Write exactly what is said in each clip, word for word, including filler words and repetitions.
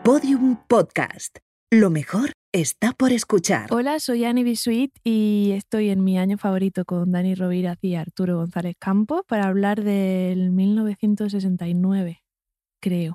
Podium Podcast. Lo mejor está por escuchar. Hola, soy Annie B. Sweet y estoy en mi año favorito con Dani Rovira y Arturo González Campos para hablar del mil novecientos sesenta y nueve, creo.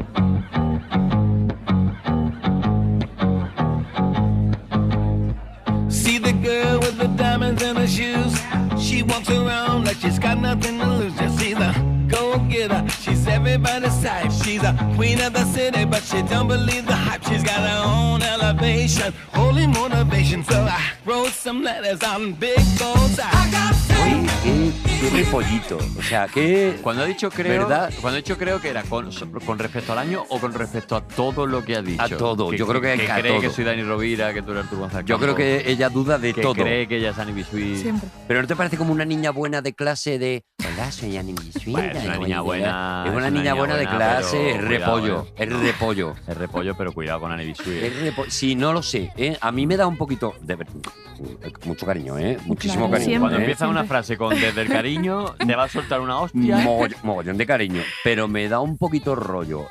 See the girl with the diamonds in her shoes. She walks around like she's got nothing to lose. Just see the go-getter. She's everybody's type. She's a queen of the city, but she don't believe the hype. She's got her own elevation, holy motivation. So I wrote some letters on big goals. I got Oye, qué, qué repollito. O sea, qué... Cuando ha dicho creo, ¿verdad? cuando ha dicho creo que era con, con respecto al año o con respecto a todo lo que ha dicho. A todo, yo creo que, que a cree todo. que soy Dani Rovira, que tú eres Arturo González Yo creo Campos, que ella duda de que todo. cree que ella es Annie B. Sweet. Siempre. Pero ¿no te parece como una niña buena de clase de... Hola, soy Annie B. Sweet. Bueno, es una niña buena, Es una niña buena de clase, es pero repollo, cuidado, ¿eh? es repollo. Es repollo, pero cuidado con Annie B. Sweet. Es repo- Sí, no lo sé. ¿eh? A mí me da un poquito... De... ver- Mucho cariño, ¿eh? Muchísimo Claro, cariño. siempre. Cuando ¿eh? empieza una frase con desde el cariño, te va a soltar una hostia. Mogoll- mogollón de cariño. Pero me da un poquito rollo.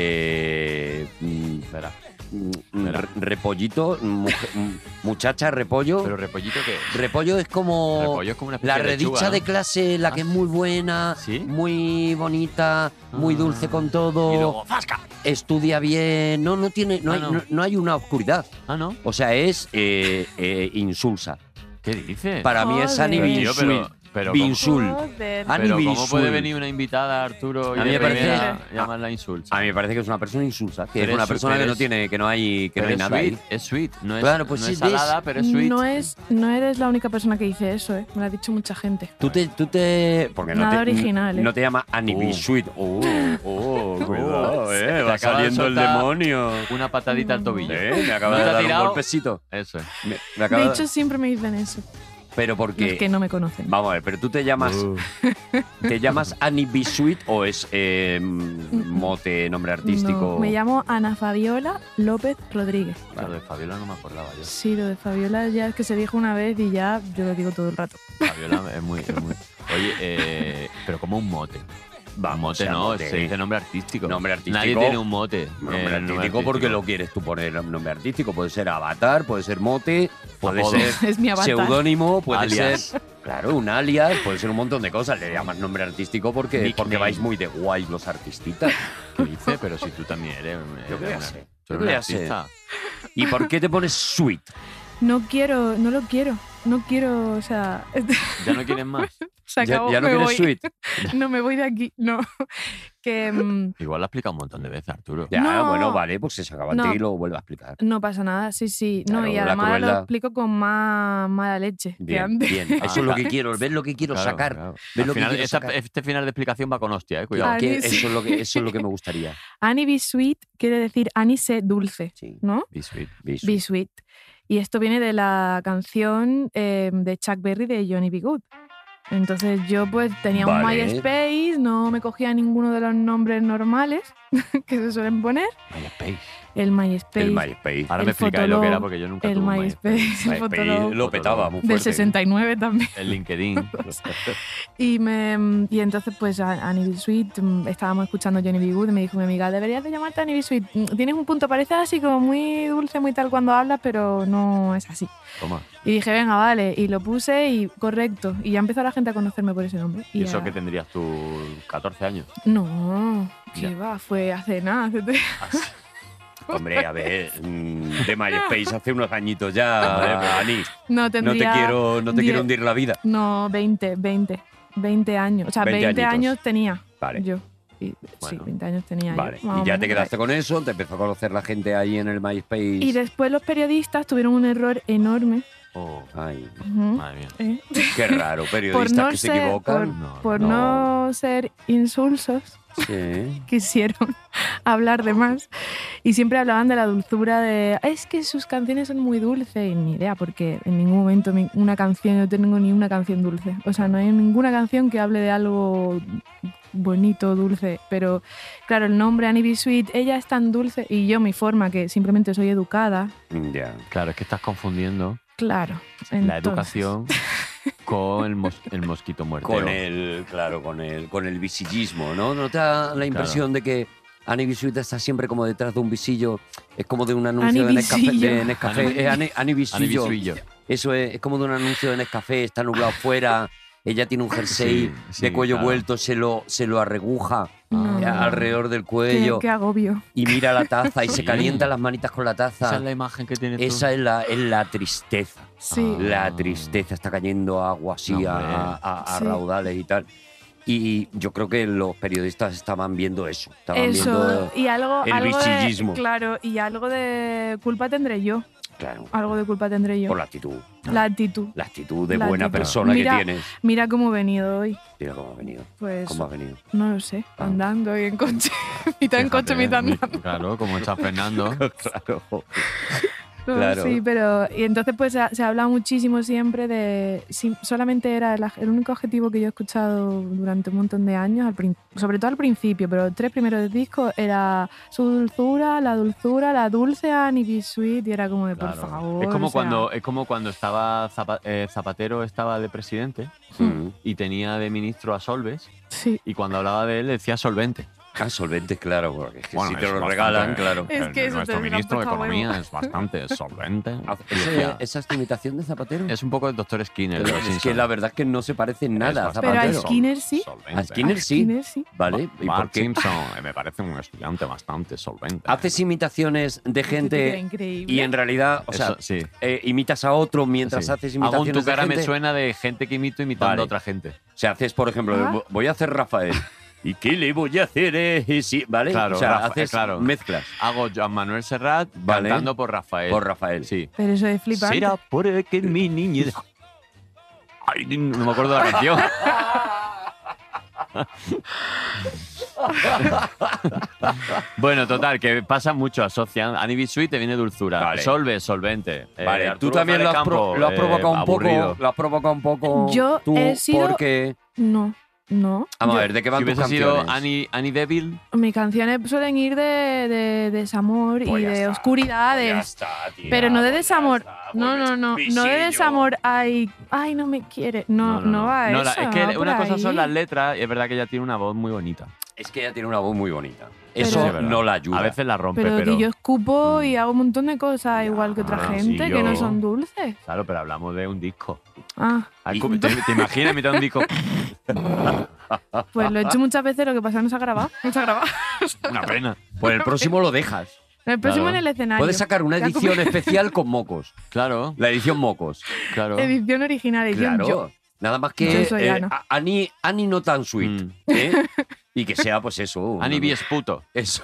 Eh... mm, Espera, mm, Espera. re- Repollito, mujer- mm, muchacha, repollo. pero repollito qué es? Repollo es como... Repollo es como una especie La de redicha lechuga, ¿no? de clase, la que es muy buena, ¿Sí? muy bonita, muy Ah. dulce con todo, Y luego ¡zasca! estudia bien, no, no tiene, no, Ah, hay, no. no- no hay una oscuridad. Ah, ¿no? O sea, es eh, eh, insulsa. ¿Qué dices? Para mí es Joder. Annie Pero, B. tío, Sweet. pero, pero, ¿cómo, Binsul. Joder. Annie pero B. ¿cómo puede Sweet. venir una invitada, Arturo, y A mí de me parece- primera llamarla insulsa? A mí me parece que es una persona insulsa, que es Pero una es- persona pero que no es- tiene, que no hay, que no Pero hay es nada sweet, ahí. es sweet, no es, Claro, pues no sí, es salada, ves. pero es sweet. No, es, no eres la única persona que dice eso, ¿eh? Me lo ha dicho mucha gente. Tú te, tú te, porque no Nada te, original, ¿eh? no te llama Annie B. Uh. Sweet. Oh, oh, cuidado, Se eh, te va acaba de saliendo el soltar demonio. Una patadita al tobillo. Eh, me acaba ¿No de te ha dar un tirado? golpecito. Eso es. Me, me acaba De de- hecho, siempre me dicen eso. pero porque Los que no me conocen. vamos a ver, pero tú te llamas Uh. te llamas Annie B. Sweet o es eh, mote, nombre artístico. No, me llamo Ana Fabiola López Rodríguez. Lo de Fabiola no me acordaba yo. Sí, lo de Fabiola ya es que se dijo una vez y ya yo lo digo todo el rato. Fabiola es muy, es muy... Oye, eh, pero como un mote. Vamos, mote o sea, no, mote. se dice nombre artístico. Nombre artístico. Nadie tiene un mote. Nombre eh, artístico porque lo quieres tú poner nombre artístico. Puede ser avatar, puede ser mote, puede Apodo. ser Es mi avatar. seudónimo, puede Alias. ser, claro, un alias, puede ser un montón de cosas. Le llamas nombre artístico porque, Nickname. porque vais muy de guay los artistas. ¿Qué dice? Pero si tú también eres... Yo qué eres sé, una- yo tú eres qué un voy a ser. artista. ¿Y por qué te pones sweet? No quiero, no lo quiero. No quiero, o sea, ¿Ya no quieres más? se Ya, acabó, ya no me quieres voy. sweet. No me voy de aquí, no. Que mm, Igual lo ha explicado un montón de veces, Arturo. Ya, No. bueno, vale, pues se acaba No. y lo vuelve a explicar. no pasa nada, sí, sí. No, Claro, y la además lo crueldad. explico con más mala leche que Bien, antes. bien. Eso Ah, es lo que claro. quiero, ¿ves lo que quiero Claro, sacar? claro. ¿Ves Al lo que final, quiero esta- sacar? este final de explicación va con hostia, eh, cuidado. Ah, Que sí. eso, es lo que, eso es lo que me gustaría. Annie B. Sweet quiere decir Annie sé dulce, Sí. ¿no? Be sweet. Be sweet. Be Sweet. Y esto viene de la canción eh, de Chuck Berry de Johnny B. Good. Entonces yo pues tenía un Vale. MySpace, no me cogía ninguno de los nombres normales que se suelen poner. MySpace. El MySpace. El MySpace. Ahora El me explicáis lo que era Fotolog, porque yo nunca el tuve un MySpace, MySpace. el Fotolog. lo petaba muy Del fuerte. sesenta y nueve también. El LinkedIn. Y, me, y entonces, pues, a- Annie B. Sweet, mm, estábamos escuchando Johnny B. Good y me dijo mi amiga, deberías de llamarte Annie B. Sweet. Mm, Tienes un punto, parece así como muy dulce, muy tal cuando hablas, pero no es así. Toma. Y dije, venga, vale. Y lo puse y correcto. Y ya empezó la gente a conocerme por ese nombre. ¿Y Y eso ya- que tendrías tú catorce años? No, que Ya. va, fue hace nada. hace tres- Hombre, a ver, mm, de MySpace hace unos añiñitos ya, Ani. No, No te tendría... quiero, no te diez- quiero hundir la vida. No, veinte, veinte. veinte años. O sea, veinte veinte, añitos. años tenía Vale. yo. Y- sí, Bueno. veinte años tenía Vale. yo. más o Y ya menos te por quedaste ahí. con eso, te empezó a conocer la gente ahí en el MySpace. Y después los periodistas tuvieron un error enorme. Oh, Ay, Ujú. madre mía. ¿Eh? qué raro, Por periodistas no que se ser, equivocan. por, No, por no. no ser insulsos, Sí. quisieron hablar de más y siempre hablaban de la dulzura de es que sus canciones son muy dulces y ni idea porque en ningún momento mi- una canción yo tengo ni una canción dulce, o sea, no hay ninguna canción que hable de algo bonito, dulce, pero claro, el nombre Annie B. Sweet, ella es tan dulce y yo mi forma que simplemente soy educada, Ya. Claro, es que estás confundiendo claro, la entonces- educación con el, mos- el mosquito muerto. Con el, claro, con el, con el visillismo, ¿no? ¿No te da la impresión de que Annie B. Sweet está siempre como detrás de un visillo. Es como de un anuncio Annie de Nescafé. Visillo. De Nescafé. Annie- Es Annie, Annie Annie Visillo. Bisuillo. Eso es, es como de un anuncio de Nescafé. Está nublado fuera. Ella tiene un jersey Sí, sí, de cuello claro. vuelto, se lo, se lo arreguja No. eh, alrededor del Qué, cuello qué agobio. y mira la taza y Sí. se calienta las manitas con la taza. Esa es la imagen que tienes tú. Esa es la, es la tristeza. Sí. La tristeza, está cayendo agua así No, a, hombre. a- a Sí. raudales y tal. Y yo creo que los periodistas estaban viendo eso. Estaban Eso, viendo. y algo, el algo visillismo. de, claro, y algo de culpa tendré yo. Claro, Algo de culpa tendré yo. por la actitud. La actitud. La actitud de La buena actitud. persona Mira- que tienes. Mira cómo he venido hoy. Mira cómo ha venido. Pues ¿Cómo ha venido? no lo sé, Ah. andando y en coche. mitad en coche, Fíjate, mitad mi- andando. Claro, como está Fernando. Claro. No, Claro. Sí, pero. Y entonces, pues se, se habla muchísimo siempre de. Si, solamente era el, el único objetivo que yo he escuchado durante un montón de años, al prin- sobre todo al principio, pero los tres primeros discos era su dulzura, la dulzura, la dulce Annie B. Sweet, y era como de por Claro. favor. Es como o sea, cuando es como cuando estaba Zapa- eh, Zapatero estaba de presidente Mm. y tenía de ministro a Solves Sí. y cuando hablaba de él decía solvente. Ah, solventes, claro, porque es que Bueno, si te es lo bastante- regalan, claro. Es que eso nuestro te ministro de deja puesto a Economía huevo. es bastante solvente. Y Ese- decía, ¿Esa es tu imitación de Zapatero? es un poco el doctor Skinner. Pero de los es que Simpsons. la verdad es que no se parece en nada a Es Pero a Zapatero. bastante Skinner sol- sí. solvente. A Skinner sí. Skinner sí. ¿Vale? ¿Y por Bart qué? Simpson eh, me parece un estudiante bastante solvente. Haces imitaciones de Era gente increíble. y en realidad, o sea, Eso, sí. eh, imitas a otro mientras Sí. haces Hago un imitaciones tu cara de gente. me suena de gente que imito imitando Vale. a otra gente. O sea, haces, por ejemplo, Ah. vo- voy a hacer Rafael. ¿Y qué le voy a hacer? Eh? Sí, ¿vale? Claro, o sea, Rafa- haces claro. mezclas Hago Joan Manuel Serrat Vale. cantando por Rafael. por Rafael. Sí. Pero eso es flipante. Será porque mi niñez. Ay, no me acuerdo de la canción. Bueno, total, que pasa mucho, asocian. Annie B. Sweet te viene dulzura. Vale. Solve, solvente. Eh, Vale, tú Arturo también lo has, Campo, pro- lo has eh, provocado un aburrido. poco. Lo has provocado un poco. Yo tú, he sido- porque. No, no. Vamos Yo- a ver, ¿de qué van Si tus hubiese sido canciones? Annie, Annie Devil, Mis canciones suelen ir de, de desamor Pues y ya de está, oscuridades. pues ya está, tía, pero no de pues ya desamor. está, No, pues no, no. No de visillo. desamor. Ay, ay, no me quiere. No, no, va a No, eso. la- es que va por una cosa son ahí. las letras y es verdad que ella tiene una voz muy bonita. Es que ella tiene una voz muy bonita. Pero- Eso Sí, es verdad. no la ayuda. A veces la rompe, Pero, pero. que yo escupo y hago un montón de cosas igual que otra Ah, gente sí, que no yo- son dulces. Claro, pero hablamos de un disco. Ah, Ay, Y- ¿Te, te imaginas mitad de un disco? pues lo he hecho muchas veces, lo que pasa es que no se ha grabado. No se ha grabado. Una pena. Pues el próximo lo dejas. El próximo Claro. en el escenario. Puedes sacar una Ya edición como- especial con mocos. Claro, La edición mocos. claro. Edición original, edición Claro. yo. Nada más Yo que soy eh, Ana. a- Annie, Annie no tan sweet. Mm. ¿eh? Y que sea, pues eso. Annie no, B no. es puto. Eso.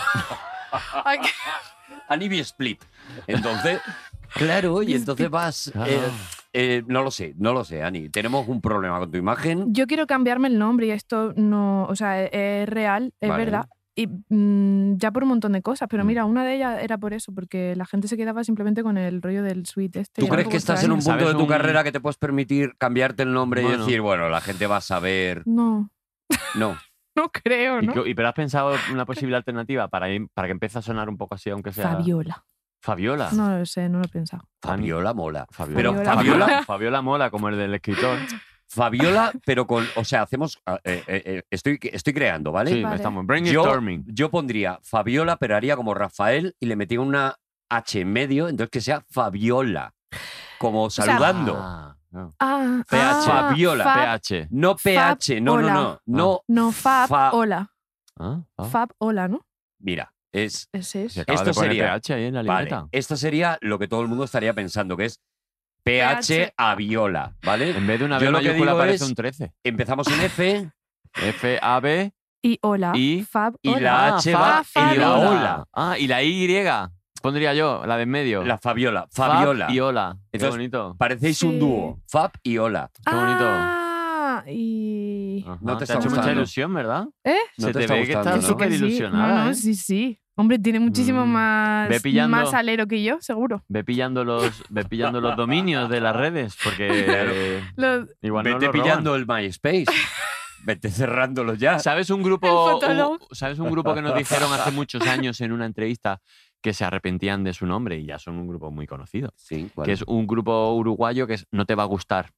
Ay, que- Annie B split. Entonces, claro, y entonces vas. Claro. eh, eh, no lo sé, no lo sé, Annie. Tenemos un problema con tu imagen. Yo quiero cambiarme el nombre y esto no, o sea, es, es real, es Vale. verdad. Y mm, ya por un montón de cosas, pero Mm. mira, una de ellas era por eso, porque la gente se quedaba simplemente con el rollo del suite este. ¿Tú y era crees un que poco estás en un extraño. punto de ¿Sabes tu un- carrera que te puedes permitir cambiarte el nombre y Bueno. decir, bueno, la gente va a saber? No, No. no creo, ¿Y, ¿no? qué- y pero has pensado una posible alternativa para, ir- para que empiece a sonar un poco así, aunque sea. Fabiola. Fabiola. No lo sé, no lo he pensado. Fabiola mola. Fabiola. Pero Fabiola Fabiola, mola. Fabiola mola, como el del escritor. Fabiola, pero con. O sea, hacemos. eh, eh, eh, estoy, estoy creando, ¿vale? Sí, Vale. estamos. Yo, Brainstorming. yo pondría Fabiola, pero haría como Rafael y le metía una H en medio, entonces que sea Fabiola. Como sea, saludando. Ah, no. Ah, P H. ah, Fabiola. Fab- P H. No P H, no, no, hola. no. No, No, Fab, Fa- hola. Ah, ah. Fab, hola, ¿no? mira, es. Ese es. Se acaba Esto de poner sería- P H ahí en la Vale, libreta. esto sería lo que todo el mundo estaría pensando, que es P H P H. a Viola, ¿vale? En vez de una Yo B lo que mayúscula digo aparece es- un trece. Empezamos en F F, A, B Y hola. Y- Fab, y hola. la Ah, H fa- va Fa- en la Fabiola. ola. Ah, y la Y. Pondría yo, la de en medio. La Fabiola. Fab Fabiola. y hola. Qué Entonces, bonito. Parecéis un Sí. dúo. Fab y Ola. Qué bonito. Ah, y... Ajá, no te te está ha hecho mucha gustando. ilusión, ¿verdad? ¿Eh? No Se te te está ve que gustando, estás ¿no? súper Que sí. ilusionada. No, no, ¿eh? sí, sí. Hombre, tiene muchísimo Mm. más, Ve pillando- más alero que yo, seguro. Ve pillando los, ve pillando los dominios de las redes, porque Lo- igual no Vete lo roban. pillando el MySpace. Vete cerrándolo ya. ¿Sabes un El grupo, Fotolog. u- ¿sabes un grupo que nos dijeron hace muchos años en una entrevista que se arrepentían de su nombre y ya son un grupo muy conocido? Sí, ¿cuál? Que es un grupo uruguayo que es No te va a gustar.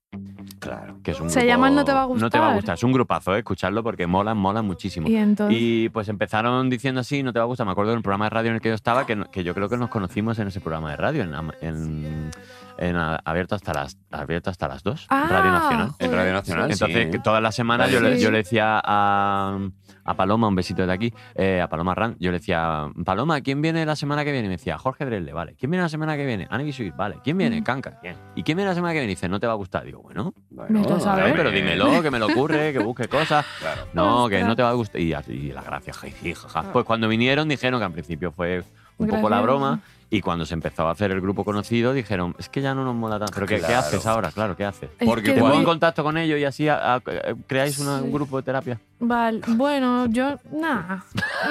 Claro. Que es un Se grupo- llaman No te va a No te va a gustar. gustar. Es un grupazo, ¿eh? Escucharlo porque molan, molan muchísimo. Y entonces. Y pues empezaron diciendo así, no te va a gustar. Me acuerdo de un programa de radio en el que yo estaba, que, no- que yo creo que nos conocimos en ese programa de radio, en, am- en, en a- abierto hasta las abierto hasta las dos, Ah, Radio Nacional. En Radio Nacional, Entonces, sí. que todas las semanas yo, Vale. le, Sí. yo le decía a, a Paloma, un besito de aquí, eh, a Paloma Ran, yo le decía, Paloma, ¿quién viene la semana que viene? Y me decía, Jorge Drelle, vale. ¿Quién viene la semana que viene? Ana Guisuit, vale. ¿Quién viene? Mm. Canca, bien. ¿Y quién viene la semana que viene? Y dice, no te va a gustar. Digo, bueno, Bueno, Vete a saber. claro, pero hombre. dímelo, que me lo ocurre, que busque cosas. Claro. No, que Ostras. no te va a gustar. Y, y las gracias, jiji, jaja. Pues cuando vinieron dijeron que al principio fue un poco la Gracioso. broma y cuando se empezó a hacer el grupo conocido dijeron, es que ya no nos mola tanto. ¿Pero qué, qué Claro. haces ahora? Claro, ¿qué haces? Es porque que ¿Te voy- pongo en contacto con ellos y así a- a- creáis una- Sí. un grupo de terapia? Vale, bueno, yo. Nah.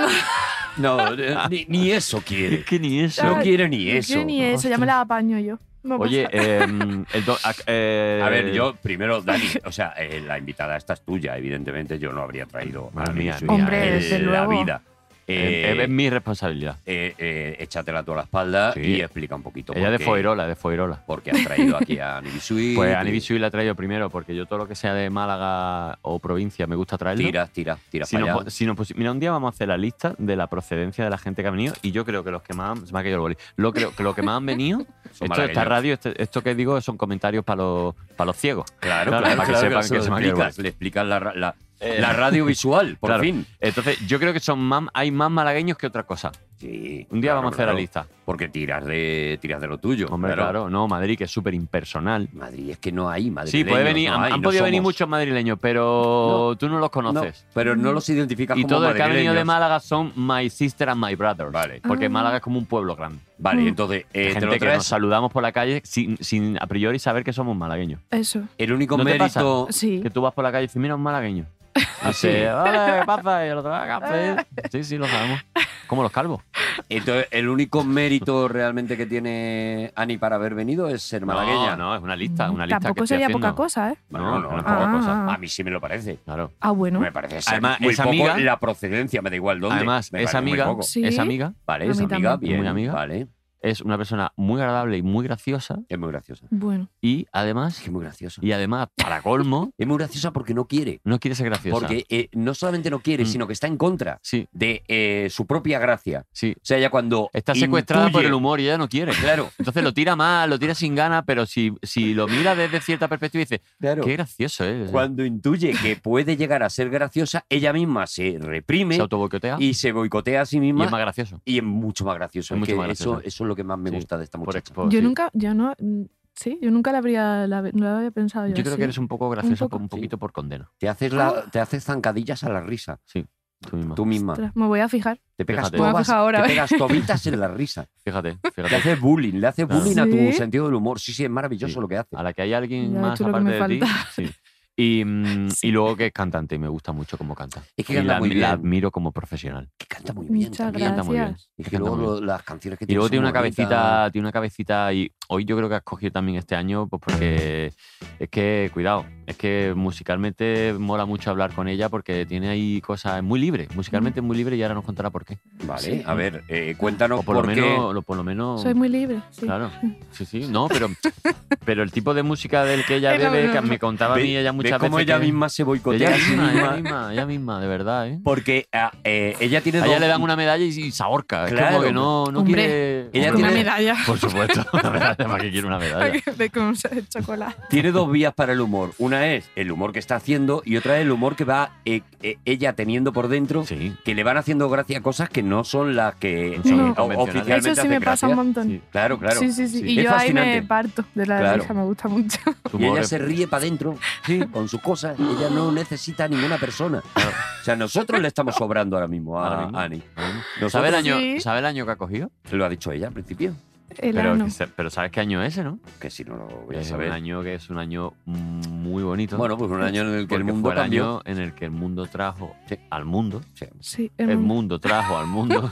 No, eh, ni, ni eso quiere. Es que ni eso. No Ay, quiere ni eso. Yo ni eso, ya me la apaño yo. No Oye, pasa- eh, el do- a, eh, A ver, yo primero, Dani, o sea, eh, la invitada esta es tuya, evidentemente yo no habría traído a Madre Ana mía, Guisuit Hombre, en desde la luego. vida. eh, Eh, es mi responsabilidad. eh, eh, échatela tú a la espalda Sí. y explica un poquito Ella por de qué- Foirola, de Foirola. Porque has traído aquí a Ana Guisuit. Pues a Anibisui la he traído primero porque yo todo lo que sea de Málaga o provincia me gusta traerlo. Tira, tira, tira Si para nos, allá. po- si nos pusi- mira, un día vamos a hacer la lista de la procedencia de la gente que ha venido y yo creo que los que más han, se me ha caído el boli. Lo creo que los que más han venido, esto, esta malagueños. radio, este- esto que digo son comentarios para los, para los ciegos. Claro, Claro, claro, para que claro, sepan se que lo se me ha caído el explicas, boli. le explicas la, ra- la, Eh, la radio visual, por claro. fin. Entonces, yo creo que son más, hay más malagueños que otra cosa. Sí, Un día claro, vamos a hacer claro. la lista. Porque tiras de, tiras de lo tuyo. Hombre, claro. No, Madrid, que es súper impersonal. Madrid, es que no hay Madrid. Sí, puede venir, han, han podido venir muchos madrileños, pero tú no los conoces. pero no los identificas Y como todo el que ha venido de madrileños. Málaga son my sister and my brother. Vale. Porque Ah. Málaga es como un pueblo grande. Vale, Mm. entonces, eh, te Gente lo que traes. nos saludamos por la calle sin, sin a priori saber que somos malagueños. Eso. El único ¿No te pasa? mérito. Sí. Que tú vas por la calle y dices, mira, un malagueño. Ah, sí. Dice, "Hola, ¿qué pasa?" Y el otro, "Ah, café". Sí, sí, lo sabemos. Como los calvos. Entonces, el único mérito realmente que tiene Ani para haber venido es ser malagueña. No, no, es una lista, una lista que Tampoco estoy sería haciendo. poca cosa, ¿eh? No, No, no, no, no, es poca Ah. cosa. A mí sí me lo parece. Claro. Ah, bueno. Me parece ser Además, muy es poco amiga- la procedencia, me da igual dónde. Además, Me es parece muy amiga, poco. Sí. es amiga, Vale, A es mí amiga, también. bien. Muy amiga. Vale, es una persona muy agradable y muy graciosa. es muy graciosa. Bueno. Y además, Es que es muy graciosa. y además, para colmo, Es muy graciosa porque no quiere. no quiere ser graciosa. Porque eh, no solamente no quiere, Mm. sino que está en contra Sí, de eh, su propia gracia. sí. O sea, ella cuando Está secuestrada por intuye- el humor y ella no quiere. Claro, Entonces lo tira mal, lo tira sin ganas, pero si, si lo mira desde cierta perspectiva dice, claro. qué gracioso, ¿eh? Cuando intuye que puede llegar a ser graciosa, ella misma se reprime Se autoboicotea y se boicotea a sí y misma es más gracioso. y es mucho más gracioso. Es Es mucho que más eso, gracioso. eso es lo que más me Sí, gusta de esta Por muchacha. expo- Yo sí. nunca, yo no. mm, Sí, yo nunca la habría, la- no la había pensado yo. Yo creo así. que eres un poco gracioso, poco. por un poquito por condena. Te haces, la, te haces zancadillas a la risa, Tú misma. tú misma. Ostras, me voy a fijar. Te pegas, Fíjate. Me voy a tobas- fijar ahora, te a ver. pegas tobitas en la risa. Fíjate, Le fíjate. haces bullying, le haces Claro. bullying a tu Sí. sentido del humor. Sí, sí, es maravilloso Sí. lo que hace. A la que hay alguien Ya, más tú lo que me aparte de ti. falta. Sí. Y, mm, Sí. y luego que es cantante y me gusta mucho cómo canta. Es que y canta la, muy la bien. admiro como profesional. Que canta muy bien Muchas también. Canta muy bien. gracias. Y Es que que canta luego muy lo- las canciones que Y tiene luego son tiene una bonitas. cabecita, tiene una cabecita y hoy yo creo que has cogido también este año, pues porque es que, cuidado, es que musicalmente mola mucho hablar con ella porque tiene ahí cosas, es muy libre, musicalmente es muy libre y ahora nos contará por qué. Vale, Sí. a ver, eh, cuéntanos O por lo por qué. menos, lo- por lo menos. Soy muy libre. Sí. Claro, sí, sí, no, pero, pero el tipo de música del que ella Eh, no, bebe, no, que no. me contaba a mí Ve- ella ¿ves muchas cómo veces. ella que- misma se boicotea ella a sí misma, ella misma? misma, ella misma, de verdad, ¿eh? Porque ah, eh, ella tiene A ella dos- le dan una medalla y, y se ahorca. Es Claro. como que no, no Hombre, quiere. Ella Una tiene- medalla. Por supuesto, una medalla, ¿para qué quiere una medalla? De con chocolate. tiene dos vías para el humor. Una es el humor que está haciendo y otra es el humor que va eh, eh, ella teniendo por dentro, Sí. que le van haciendo gracia cosas que no son las que Son No. o- convencionales. oficialmente Eso sí hacen me pasa un gracia. montón. Sí. Claro, claro. Sí, sí, sí. Sí. Y Es yo ahí fascinante. me parto de la Claro. risa, me gusta mucho. Tu Y humor ella es- se ríe para adentro con sus cosas. Ella no necesita a ninguna persona. O sea, nosotros le estamos sobrando ahora mismo a Ahora mismo. Ani. ¿Sabe el, Nosotros- año, Sí. ¿Sabe el año que ha cogido? Lo ha dicho ella al principio. El Pero, ano. que se- pero ¿sabes qué año es ese, no? Que si no lo voy a Es saber. un año que es un año muy bonito. Bueno, pues un año en el que el porque mundo fue el cambió. año en el que el mundo trajo al mundo. Sí, El el mundo. mundo trajo al mundo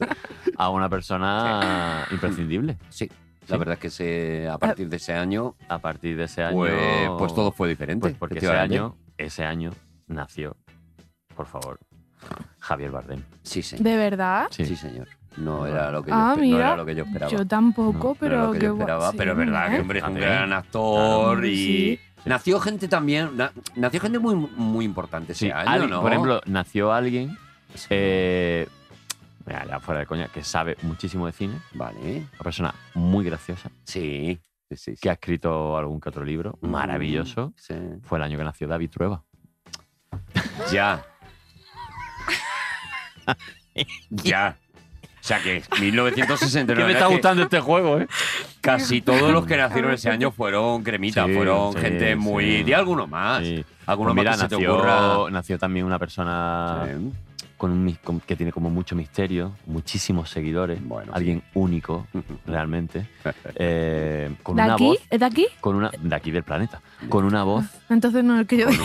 a una persona imprescindible. Sí, la Sí. verdad es que se, a partir de ese año, A partir de ese año. pues, pues todo fue diferente. Pues porque ese efectivamente. año, ese año nació, por favor, Javier Bardem. Sí, señor. ¿De verdad? Sí. Sí, señor. No era lo que yo, Ah, espe- no mira. era lo que yo esperaba. Yo tampoco, No, no pero era lo que qué yo guay. esperaba, Sí, pero es verdad que ¿eh? hombre es un También. gran actor Claro, y, sí. Nació gente también, na- nació gente muy, muy importante ese Sí, año, alguien- ¿no? por ejemplo, nació alguien, eh, mira, ya fuera de coña, que sabe muchísimo de cine, Vale, una persona muy graciosa, sí, sí, sí. sí. que ha escrito algún que otro libro, Mm, maravilloso. Sí. Fue el año que nació David Trueba. Ya. Ya. O sea que mil novecientos sesenta y nueve. es que este juego, ¿eh? Casi todos los que nacieron ese año fueron cremitas, Sí, fueron sí, gente muy. sí. Di alguno más. Sí. Alguno Pues mira, más que se te nació, ocurra. nació también una persona Sí. con un mis- con- que tiene como mucho misterio, muchísimos seguidores, Bueno, alguien único, realmente, eh, con ¿De una aquí? voz, ¿Es de aquí? con una, de aquí del planeta, con una voz. Entonces no es el que yo digo.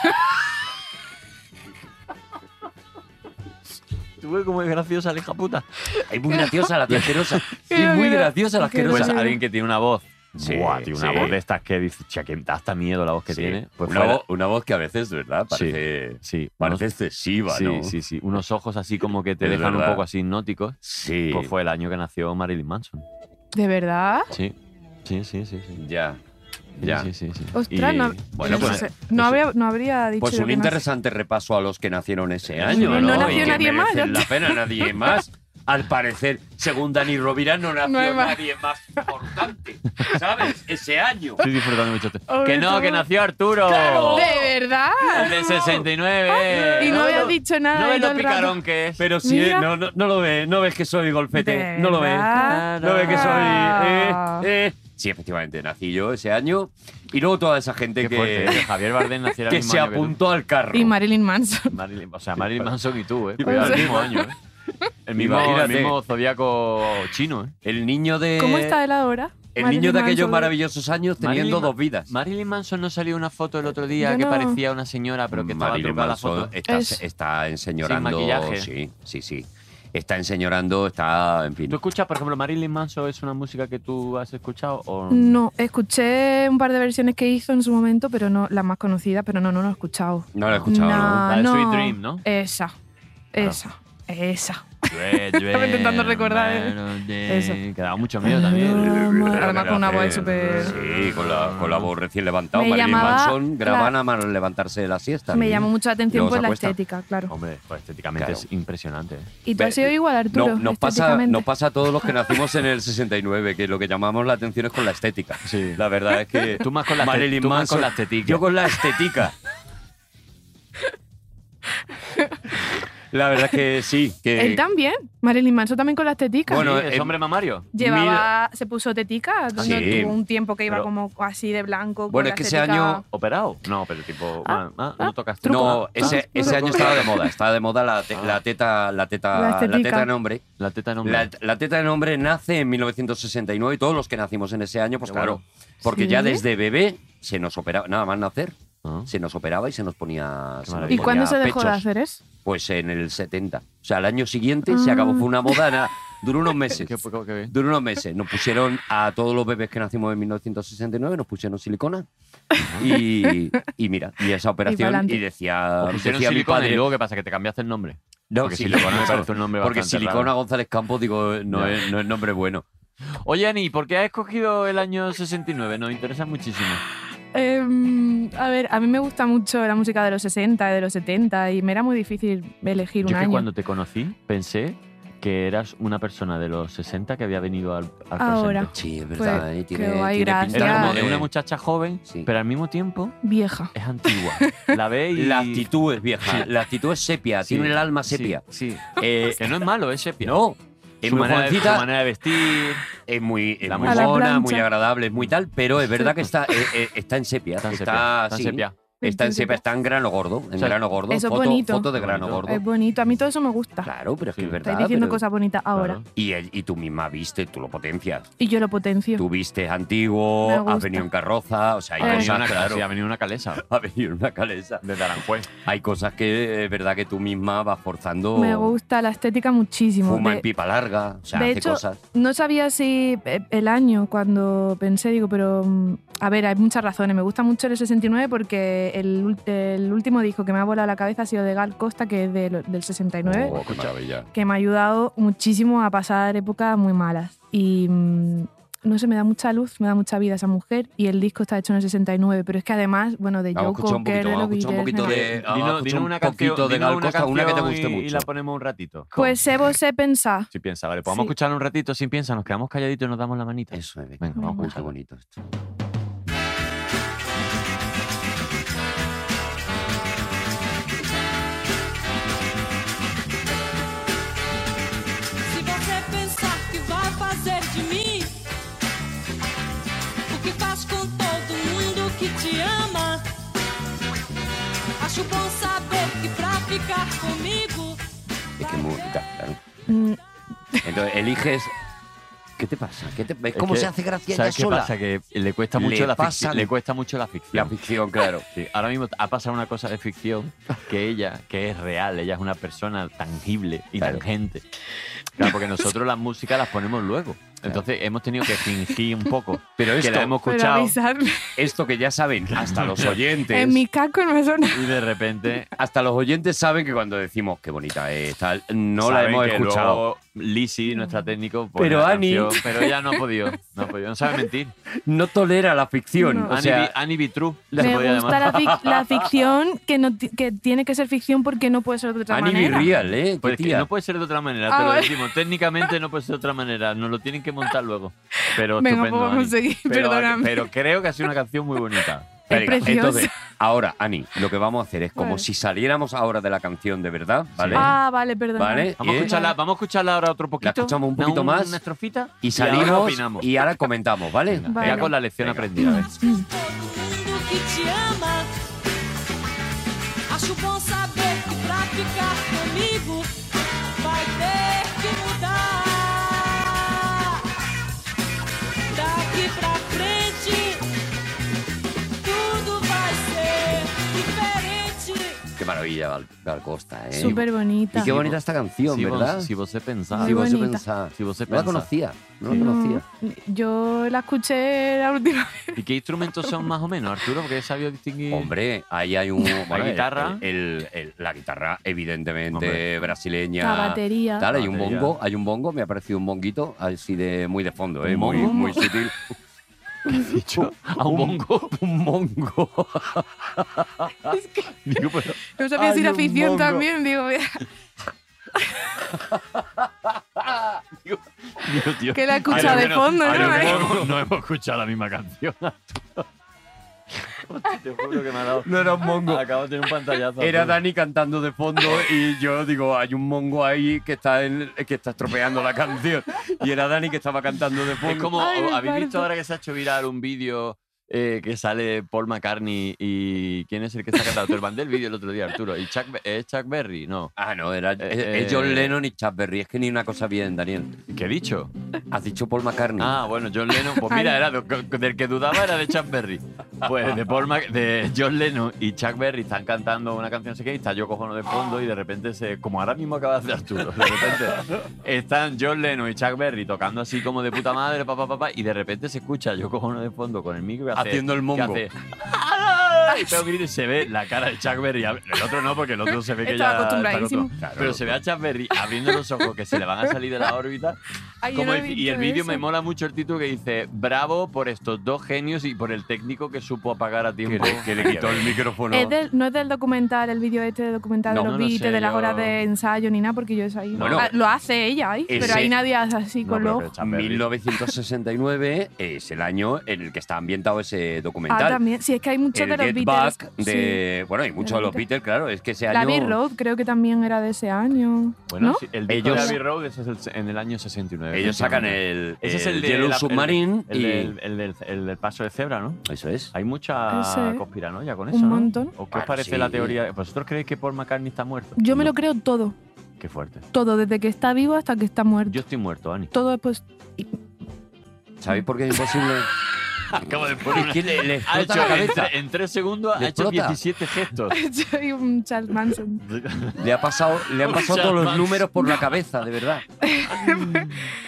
¿Tú ves cómo es graciosa la hija puta? Es muy graciosa la asquerosa. Sí, Qué muy bueno. graciosa la Qué asquerosa. Pues bueno. alguien que tiene una voz. Sí, Buah, tío, una sí. voz de estas que dice, "Chia, que da hasta miedo la voz que Sí. tiene". Pues una, fue la- voz, una voz que a veces, ¿verdad? Sí, Parece, sí, parece unos- excesiva, sí, ¿no? sí, sí. Unos ojos así como que te Es dejan un verdad. poco así hipnóticos. Sí. Pues fue el año que nació Marilyn Manson. ¿De verdad? Sí, sí, sí, sí. sí. Ya. Sí, Ya. Sí, sí, sí. Ostras, Y- no, bueno, no pues- sé. no, habría, no habría dicho Pues yo un que no- interesante repaso a los que nacieron ese año, No ¿no? nació Y que nadie más, merecen ya la pena, nadie más. Al parecer, según Dani Rovira, no nació No hay más. nadie más importante, ¿sabes? Ese año. Estoy disfrutando mucho. Oh, Que no, todo. que nació Arturo. ¡Claro! ¿De verdad? El de sesenta y nueve. Y no había lo- dicho nada. No y ves todo lo el rato. picarón que es. Pero si Mira. no, no, no lo ves, no ves que soy golfete, ¿De no lo ves. verdad? No ves que soy. Eh, Ah. eh. Sí, efectivamente, nací yo ese año. Y luego toda esa gente Qué fuerte, que, que Javier Bardem naciera el que mismo se año que tú. apuntó al carro. Y Marilyn Manson. Marilyn, o sea, Marilyn Manson y tú, ¿eh? Sí, Cuidado, o el sea- mismo año, ¿eh? El mismo, el Imagínate. mismo zodiaco chino, ¿eh? El niño de. ¿Cómo está él ahora? El Marilyn niño de aquellos Manson. maravillosos años teniendo Marilyn- dos vidas. Marilyn Manson no salió una foto el otro día Yo que no. parecía una señora, pero que estaba Marilyn trucada la Manson foto. está, Es- está enseñorando. Sin maquillaje. Sí, sí, sí. Está enseñorando, está, en fin. ¿Tú escuchas, por ejemplo, Marilyn Manson es una música que tú has escuchado? O... No, escuché un par de versiones que hizo en su momento, pero no las más conocidas, pero no, no lo he escuchado. No lo he escuchado, ¿no? La de Sweet Dream, ¿no? Esa, esa, esa. Estaba intentando recordar, Eso. Que daba mucho miedo también. Además con una voz súper... Sí, con la, con la voz recién levantada. Me Marilyn llamaba Manson graba la- nada más levantarse de la siesta. Me llamó mucho la atención Luego por se la acuesta. estética, claro. Hombre, pues estéticamente Claro. es impresionante. ¿eh? Y tú Ve- has sido igual, Arturo, No, nos, pasa, estéticamente. nos pasa a todos los que nacimos en el sesenta y nueve, que lo que llamamos la atención es con la estética. Sí. La verdad es que Tú más con la, Marilyn tú más Manson, con la estética. yo con la estética. La verdad es que sí. Que, Él también. Marilyn Manson también con la estética. Bueno, Sí, es eh, hombre mamario. Llevaba, se puso tetica, no Sí. tuvo un tiempo que iba Pero- como así de blanco. con Bueno, la es que ese estética- año- ¿Operado? No, pero tipo. Ah, ah, ah, no tocaste. No, Ah, ese, ah, ese no. año estaba de moda. Estaba de moda la, te- Ah. la teta, la teta, La la, estética. teta de nombre. La teta no me. La, la teta de nombre nace en mil novecientos sesenta y nueve y todos los que nacimos en ese año, pues Qué claro, bueno. porque ¿Sí? ya desde bebé se nos operaba, nada más nacer, Ah. se nos operaba y se nos ponía. Qué se nos maravilla. ¿Y ponía cuándo se dejó de pechos. hacer eso? Pues en el setenta. O sea, el año siguiente se Ah. acabó, fue una moda, na- duró unos meses. Qué poco que ve. Duró unos meses. Nos pusieron a todos los bebés que nacimos en mil novecientos sesenta y nueve, nos pusieron silicona. Y, y mira, y esa operación, pa'lante. y decía, O pusieron decía mi silicona padre. y luego, ¿qué pasa? Que te cambiaste el nombre. No, Porque sí, silicona me eso, parece un nombre porque bastante Silicona raro. González Campos, digo, no, Ya. es, no es nombre bueno. Oye, Ani, ¿por qué has escogido el año sesenta y nueve? Nos interesa muchísimo. Em, a ver, a mí me gusta mucho la música de los sesenta y de los setenta y me era muy difícil elegir Yo un que año. cuando te conocí pensé que eras una persona de los sesenta que había venido al, al Ahora. presente. Sí, es Pues, verdad. eh, tiene, qué guay, tiene gracias. pinta Era Ya. como de una muchacha joven, Sí. pero al mismo tiempo Vieja. es antigua. La ve y... La actitud es vieja, Sí. la actitud es sepia, Sí, tiene el alma sí, sepia. Sí, Eh, que no es malo, es sepia. no, es su muy manera, de, su jovencita, manera de vestir... es muy, es La muy A la mona, plancha. muy agradable, es muy tal, pero es verdad que está, eh, eh, está en sepia. Está en Está, sepia. Está en sí, sepia. está en sepia, está en grano gordo, en O sea, grano gordo. eso es foto, bonito. foto de Qué grano bonito. gordo. Es bonito. A mí todo eso me gusta. Claro, pero es que Sí. es verdad. Estáis diciendo pero- cosas bonitas ahora. Claro. Y, el- y tú misma viste, tú lo potencias. Y yo lo potencio. Tú vistes Me antiguo, gusta. has venido en carroza, o sea, hay Ha venido, cosas, una, claro, sí, ha venido una calesa ha venido en una calesa. desde Aranjuez. Hay cosas que es verdad que tú misma vas forzando. Me gusta la estética muchísimo. Fuma De- en pipa larga, o sea, de hace hecho, cosas. No sabía si eh, el año cuando pensé, digo, pero mm, a ver, hay muchas razones. Me gusta mucho el sesenta y nueve porque el, ul- el último disco que me ha volado la cabeza ha sido de Gal Costa, que es de lo- del sesenta y nueve, Oh, qué maravilla. que me ha ayudado muchísimo a pasar épocas muy malas. Y mm, no sé, me da mucha luz, me da mucha vida esa mujer. Y el disco está hecho en el sesenta y nueve, pero es que además, bueno, de Vamos a escuchar Yoko, un que poquito, de vamos a los escuchar un Beatles, poquito me- de... vamos a Dinos, escuchar dinos un una poquito canción, de dinos Gal una Costa, una que te guste canción y- mucho. y la ponemos un ratito. Pues sé vos sé pensar. Si piensa, vale, pues vamos Sí. a escucharla un ratito sin piensa, nos quedamos calladitos y nos damos la manita. Eso es, venga, Venga, vamos a Venga. escuchar. Qué bonito esto. Se você pensar que vai fazer de mim o que faz com todo mundo que te ama, acho bom saber que pra ficar comigo Es que muy... Claro. Mm, Entonces, eliges... ¿Qué te pasa? ¿Qué te... ¿Ves cómo que, se hace gracia ella ¿Sabes qué sola? pasa? Que le cuesta Le mucho la pasa ficción. el- Le cuesta mucho la ficción. La ficción, claro. Sí, ahora mismo ha pasado una cosa de ficción que ella, que es real, ella es una persona tangible y Claro. tangente. Claro, porque nosotros las músicas las ponemos luego. Entonces hemos tenido que fingir un poco Pero que esto, la hemos pero escuchado avisarme. esto que ya saben hasta los oyentes, En mi casco no me suena. y de repente hasta los oyentes saben que cuando decimos qué bonita es, tal, no la saben hemos que escuchado. luego Lizzy, nuestra técnico, pone Pero la Ani- canción, pero ella no ha podido, no ha podido, no sabe mentir. No tolera la ficción. No. O Annie, sea, Be- Annie Be True, se Me podía gusta llamar. la, fic- la ficción que, no ti- que tiene que ser ficción porque no puede ser de otra Annie Be manera. Real, ¿eh? Pues Qué es que tía. no puede ser de otra manera, Ah, te lo vale. decimos. Técnicamente no puede ser de otra manera, nos lo tienen que montar luego. Pero Venga, estupendo, pues Ani. vamos a seguir, pero, perdóname. pero creo que ha sido una canción muy bonita. Es Venga, preciosa. entonces, ahora, Ani, lo que vamos a hacer es como Vale. si saliéramos ahora de la canción de verdad, ¿vale? Ah, vale, perdón. Vale. Vamos a ¿Eh? escucharla, vamos a escucharla ahora otro poquito. escuchamos un poquito un- más. Una estrofita. Y ahora salimos opinamos. y ahora comentamos, ¿vale? Venga, Vale. ya con la lección Venga. aprendida. a ver. todo mundo que te ama, acho bom saber que pra ficar comigo vai ter que mudar. Daqui pra frente tudo vai ser diferente. Qué maravilla, Gal, Gal Costa, ¿eh? Súper bonita. Y qué bonita esta canción, Si vos- ¿verdad? Si vos he pensado. Si Muy vos se bonita. pensa- Si vos se No la pensa. conocía, no la No, conocía. yo la escuché la última vez. ¿Y qué instrumentos son más o menos, Arturo? Porque he sabido distinguir. Hombre, ahí hay un... bueno, el- guitarra. el- el- el- la guitarra, evidentemente, Hombre. brasileña. La batería. Tal, hay La un batería. bongo, hay un bongo, me ha parecido un bonguito, así de muy de fondo, ¿eh? ¿Un Muy, bongo? muy sutil. a un bongo. Un mongo. Digo, pero- No sabía Hay si era un ficción mongo. también. Digo, mira, digo, tío, que la he escuchado Ay, de no, fondo, ay, ¿no? no, no, no hemos escuchado la misma canción. Hostia, te juro que me ha dado. No era un mongo. Acabo de tener un pantallazo. Era Arturo. Dani cantando de fondo y yo digo, hay un mongo ahí que está, en- que está estropeando la canción. Y era Dani que estaba cantando de fondo. Es como, Ay, me ¿habéis visto parto. ahora que se ha hecho viral un vídeo eh, que sale Paul McCartney y quién es el que está cantando? Te mandé el vídeo el otro día, Arturo. ¿Y Chuck, ¿Es Chuck Berry? No. Ah, no, era, Eh, es, es John eh. Lennon y Chuck Berry. Es que ni una cosa bien, Daniel. ¿Qué he dicho? Has dicho Paul McCartney. Ah, bueno, John Lennon. Pues mira, Ay. era de- del que dudaba era de Chuck Berry. Pues de, Paul Mac- de John Lennon y Chuck Berry están cantando una canción, no sé qué, y está Yoko Ono de fondo y de repente se, como ahora mismo acaba de hacer Arturo, de repente están John Lennon y Chuck Berry tocando así como de puta madre, papá, papá, y de repente se escucha a Yoko Ono de fondo con el micro y hace, Haciendo el que mongo. hace, y pega un grito y se ve la cara de Chuck Berry. El otro no, porque el otro se ve que Estaba ya acostumbradísimo. está roto. Pero se ve a Chuck Berry abriendo los ojos que se le van a salir de la órbita. Ay, yo Como no he el- y visto el vídeo eso. me mola mucho el título que dice bravo por estos dos genios y por el técnico que supo apagar a que, tiempo. le, que le quitó el micrófono. Es del- no es del documental, el vídeo este documental No, de los no lo beats, sé, de las yo- horas de ensayo ni nada, porque yo eso ahí. Bueno, Ah, lo hace ella ahí, ese- pero ahí nadie hace así No, con pero los. que Chuck Berry- mil novecientos sesenta y nueve es el año en el que está ambientado ese Ah, documental. también. Sí, es que hay muchos el de los Get Beatles. Back de... Bueno, hay muchos de De los los Beatles, claro. Es que ese La año... Abbey Road creo que también era de ese año. Bueno, ¿no? sí, el disco Ellos- de Abbey Road ese es el- en el año sesenta y nueve. Ellos sacan el, Ese es el el de Yellow la- Submarine el, y... del- el del- el del paso de cebra, ¿no? Eso es. Hay mucha Ese, conspiranoia con un eso, ¿no? montón. ¿O qué Bueno, os parece sí. la teoría? ¿Vosotros creéis que Paul McCartney está muerto? Yo me No. lo creo todo. Qué fuerte. Todo, desde que está vivo hasta que está muerto. Yo estoy muerto, Ani. Todo después. ¿Sabéis por qué es imposible? Acabo de Porque es que le, le Ha explota hecho la en, cabeza. tre- en tres segundos Le ha hecho explota. diecisiete gestos. Soy un Charles Manson. Le, ha pasado, le han Un pasado todos los Chapman. números por la cabeza, de verdad.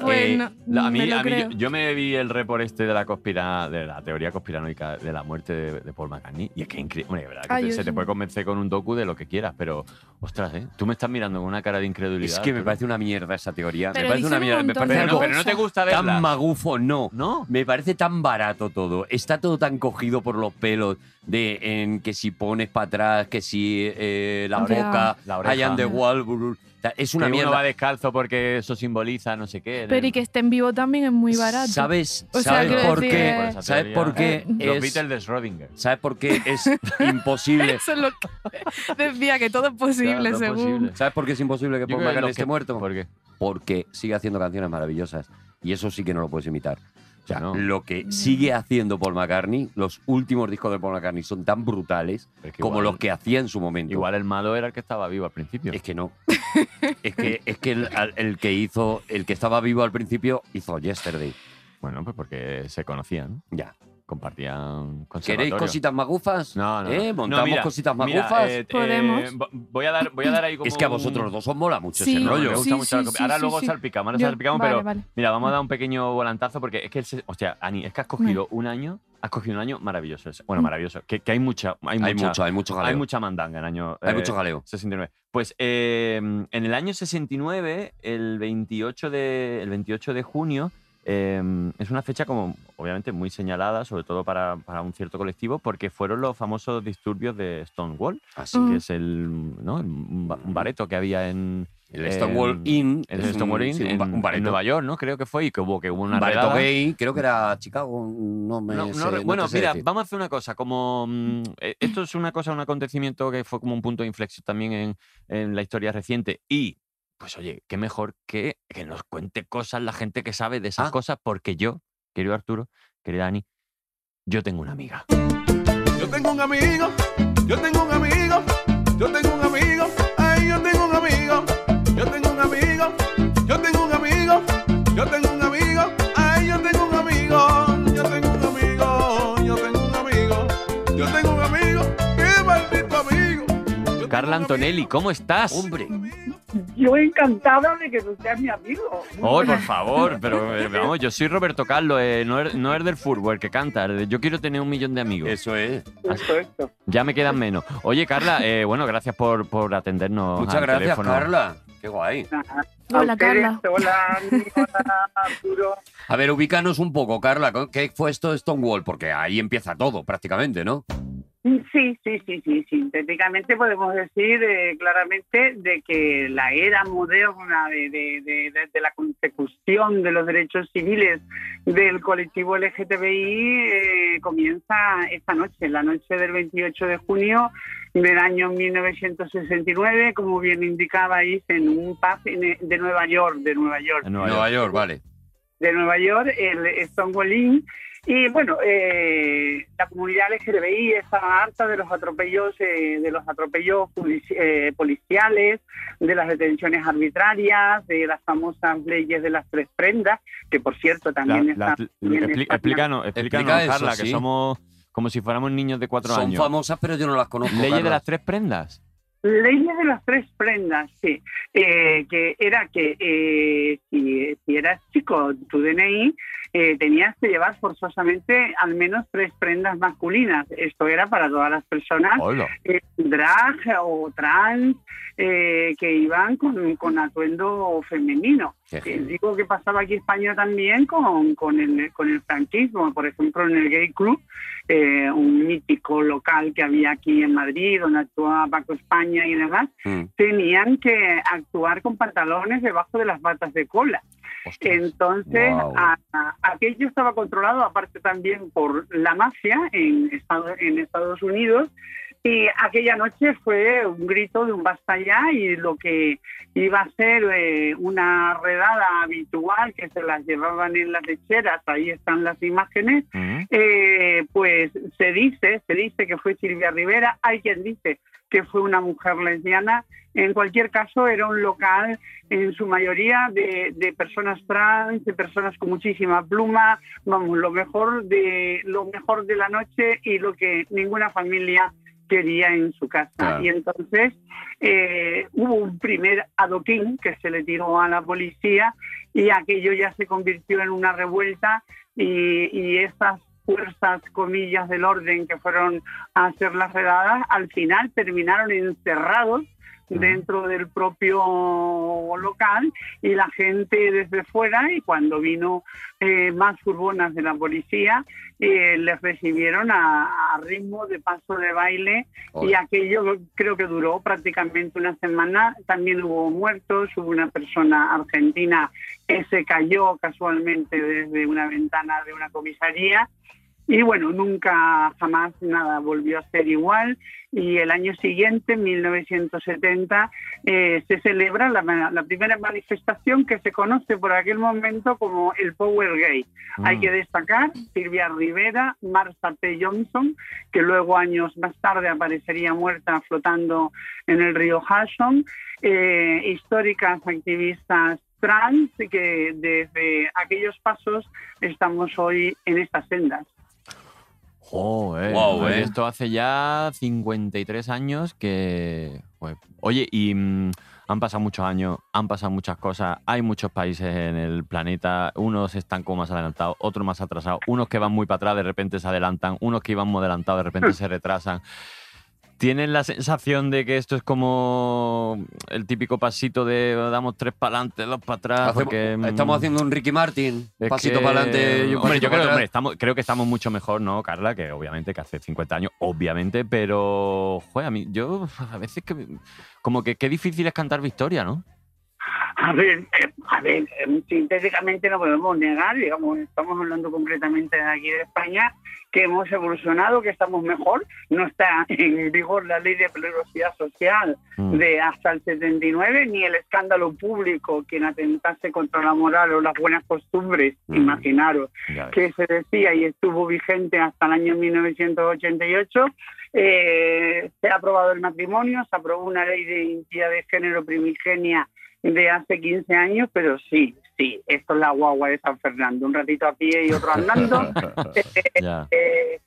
Pues Eh, no, la- a mí, me lo a mí creo. yo, yo me vi el report este de la conspira, de la teoría conspiranoica de la muerte de, de Paul McCartney y es que es increíble. Bueno, es verdad que Ah, te- yo se te sí. puede convencer con un docu de lo que quieras, pero ostras, ¿eh? Tú me estás mirando con una cara de incredulidad. Es que me Arturo. parece una mierda esa teoría. Pero me parece una dicen un mierda. Me montón parece de algo pero no te cosas. gusta tan verlas. magufo, no. ¿No? Me parece tan barato todo. Está todo tan cogido por los pelos de en que si pones para atrás, que si eh, la Ya. boca, La oreja. I am the Walrus. Es una que mierda. uno va descalzo porque eso simboliza no sé qué. Pero y que esté en vivo también es muy barato. ¿Sabes, O sea, ¿sabes quiero por decir, qué? eh, esa ¿Sabes teoría- por qué Los es, Beatles de Schrödinger. ¿Sabes por qué es imposible? Eso es lo que decía, que todo es posible, Claro, todo es según. posible. ¿Sabes por qué es imposible que Yo Paul creo que McCartney los esté que- muerto? ¿Por qué? Porque sigue haciendo canciones maravillosas. Y eso sí que no lo puedes imitar. O sea, Bueno. lo que sigue haciendo Paul McCartney, los últimos discos de Paul McCartney son tan brutales Pero es que como igual- los que hacía en su momento. Igual el malo era el que estaba vivo al principio. Es que no. es que, es que el, al- el que hizo, el que estaba vivo al principio, hizo Yesterday. Bueno, pues porque se conocían, Ya. compartían ¿Queréis conservatorio. cositas magufas? No, no. ¿Eh? no. ¿Montamos No, mira, cositas mira, magufas? eh, Podemos. eh, vo- voy, a dar, voy a dar ahí como es que a un- vosotros dos os mola mucho Sí. ese No, rollo. me gusta Sí, mucho la sí, comida. Ahora sí, luego sí. salpicamos, ahora Yo- salpicamos, vale, pero vale. mira, vamos a dar un pequeño volantazo porque es que, el se- hostia, Ani, es que has cogido un año, has cogido un año maravilloso. ese. Bueno, Mm. maravilloso. Que, que hay mucha, hay, Hay mucha, mucho, hay mucho jaleo. hay mucha mandanga en el año Hay eh, mucho jaleo. sesenta y nueve. Pues eh, en el año sesenta y nueve, el veintiocho de, el veintiocho de junio, eh, es una fecha como obviamente muy señalada, sobre todo para, para un cierto colectivo, porque fueron los famosos disturbios de Stonewall, Así Mm. que es el, ¿no? el- un ba- un bareto que había en... El Stonewall en- Inn. El es un- Stonewall Inn sí, un en, ba- un en bareto. Nueva York, ¿no? Creo que fue, y que hubo, que hubo una Un bareto redada. gay, creo que era Chicago, no me No, no sé, re- no bueno, te sé mira, decir. vamos a hacer una cosa. Como mm, eh, esto es una cosa, un acontecimiento que fue como un punto de inflexión también en, en la historia reciente. Y, pues oye, qué mejor que, que nos cuente cosas la gente que sabe de esas Ah. cosas, porque yo, querido Arturo, querida Dani, yo tengo una amiga. Yo tengo un amigo, yo tengo un amigo, yo tengo un amigo, ay, yo tengo un amigo, yo tengo un amigo, yo tengo un amigo, yo tengo un amigo, ay, yo tengo un amigo, yo tengo un amigo, yo tengo un amigo, yo tengo un amigo, qué maldito amigo. Yo tengo Carla un Antonelli, amigo, ¿cómo estás? Hombre, Yo encantada de que tú seas mi amigo. Oh, por favor, pero eh, vamos, yo soy Roberto Carlos, eh, no, es, no es del fútbol el que canta, el de yo quiero tener un millón de amigos. eso es. Perfecto. Ya me quedan menos. Oye, Carla, eh, bueno, gracias por, por atendernos. Muchas al gracias, teléfono. Carla. Qué guay. Ajá. Hola, A ustedes, Carla. Hola, Ani, hola, Arturo. A ver, ubícanos un poco, Carla. ¿Qué fue esto de Stonewall? Porque ahí empieza todo, prácticamente, ¿no? Sí, sí, sí, sí. Sintéticamente podemos decir eh, claramente de que la era moderna de, de, de, de- de la consecución de los derechos civiles del colectivo L G T B I eh, comienza esta noche, la noche del veintiocho de junio del año mil novecientos sesenta y nueve, como bien indicabais, en un pub en- de Nueva York, de Nueva York. En Nueva Nueva York. York, vale. de Nueva York, el Stonewall Inn. Y bueno, eh, la comunidad L G T B I está harta de los atropellos, eh, de los atropellos judici- eh, policiales, de las detenciones arbitrarias, de las famosas leyes de las tres prendas, que por cierto La- también la- están en expli- España. explícanos, explícanos, Explica eso, Carla, que sí. somos como si fuéramos niños de cuatro Son años. famosas, pero yo no las conozco. Leyes de Carla. las tres prendas. Leyes de las tres prendas, sí. Eh, que era que eh, si, si eras chico, tu D N I, eh, tenías que llevar forzosamente al menos tres prendas masculinas. Esto era para todas las personas Hola. eh, drag o trans eh, que iban con, con atuendo femenino. Qué Eh, heavy. digo que pasaba aquí en España también con, con, el, con el franquismo, por ejemplo en el Gay Club, eh, un mítico local que había aquí en Madrid, donde actuaba Paco España y demás, Mm. tenían que actuar con pantalones debajo de las batas de cola. Ostras. Entonces, Guau. a- a- aquello estaba controlado aparte también por la mafia en Estados, en Estados Unidos, y aquella noche fue un grito de un basta ya, y lo que iba a ser eh, una redada habitual que se las llevaban en las lecheras, ahí están las imágenes, Mm. eh, pues se dice, se dice que fue Silvia Rivera, hay quien dice que fue una mujer lesbiana. En cualquier caso, era un local en su mayoría de, de personas trans, de personas con muchísima pluma, vamos, lo mejor de lo mejor de la noche y lo que ninguna familia quería en su casa. Claro. Y entonces eh, hubo un primer adoquín que se le tiró a la policía y aquello ya se convirtió en una revuelta y, y esas fuerzas, comillas, del orden que fueron a hacer las redadas, al final terminaron encerrados dentro del propio local y la gente desde fuera, y cuando vino eh, más furgonas de la policía, eh, les recibieron a, a ritmo de paso de baile. Oye. Y aquello creo que duró prácticamente una semana. También hubo muertos, hubo una persona argentina que se cayó casualmente desde una ventana de una comisaría. Y bueno, nunca jamás nada volvió a ser igual, y el año siguiente, mil novecientos setenta, eh, se celebra la, la primera manifestación que se conoce por aquel momento como el Power Gay. Mm. Hay que destacar Silvia Rivera, Marsha P. Johnson, que luego años más tarde aparecería muerta flotando en el río Hudson, eh, históricas activistas trans, que desde aquellos pasos estamos hoy en estas sendas. Oh, eh. Wow, eh. Esto hace ya cincuenta y tres años que... Pues, oye, y mmm, han pasado muchos años, han pasado muchas cosas, hay muchos países en el planeta, unos están como más adelantados, otros más atrasados, unos que van muy para atrás de repente se adelantan, unos que iban muy adelantados de repente se retrasan. ¿Tienen la sensación de que esto es como el típico pasito de damos tres para adelante, dos para atrás? Hacemos, porque, estamos haciendo un Ricky Martin, pasito para adelante y un hombre, yo creo, para hombre, estamos, creo que estamos mucho mejor, ¿no, Carla? Que obviamente que hace cincuenta años, obviamente, pero joder, a mí, yo a veces que como que qué difícil es cantar victoria, ¿no? A ver, eh, a ver, eh, sintéticamente no podemos negar, digamos, estamos hablando concretamente de aquí de España, que hemos evolucionado, que estamos mejor. No está en vigor la ley de peligrosidad social mm. de hasta el setenta y nueve, ni el escándalo público, quien atentase contra la moral o las buenas costumbres, mm. imaginaros, que se decía y estuvo vigente hasta el año mil novecientos ochenta y ocho. Eh, se ha aprobado el matrimonio, se aprobó una ley de identidad de género primigenia de hace quince años, pero sí, sí, esto es la guagua de San Fernando, un ratito a pie y otro andando. yeah. eh,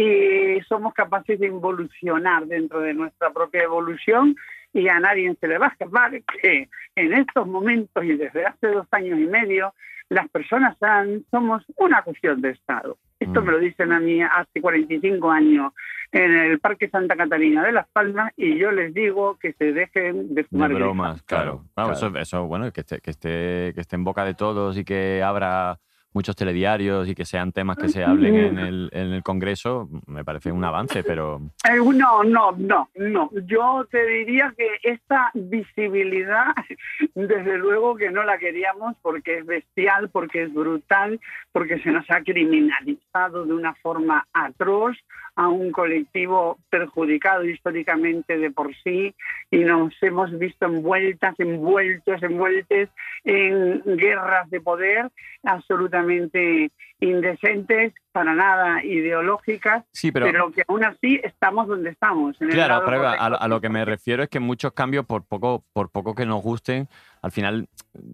y somos capaces de involucionar dentro de nuestra propia evolución, y a nadie se le va a escapar que en estos momentos y desde hace dos años y medio las personas han, somos una cuestión de Estado. Esto mm. me lo dicen a mí hace cuarenta y cinco años en el Parque Santa Catalina de Las Palmas, y yo les digo que se dejen de fumar. De bromas, claro. claro. claro. Eso, eso, bueno, que esté, que, esté, que esté en boca de todos y que abra muchos telediarios y que sean temas que se hablen en el, en el Congreso, me parece un avance, pero... Eh, no, no, no, no. Yo te diría que esta visibilidad, desde luego que no la queríamos, porque es bestial, porque es brutal, porque se nos ha criminalizado de una forma atroz a un colectivo perjudicado históricamente de por sí, y nos hemos visto envueltas, envueltos, envueltos en guerras de poder absolutamente indecentes, para nada ideológicas, sí, pero, pero que aún así estamos donde estamos. En claro, el pero a, a lo que me refiero es que muchos cambios, por poco, por poco que nos gusten, al final...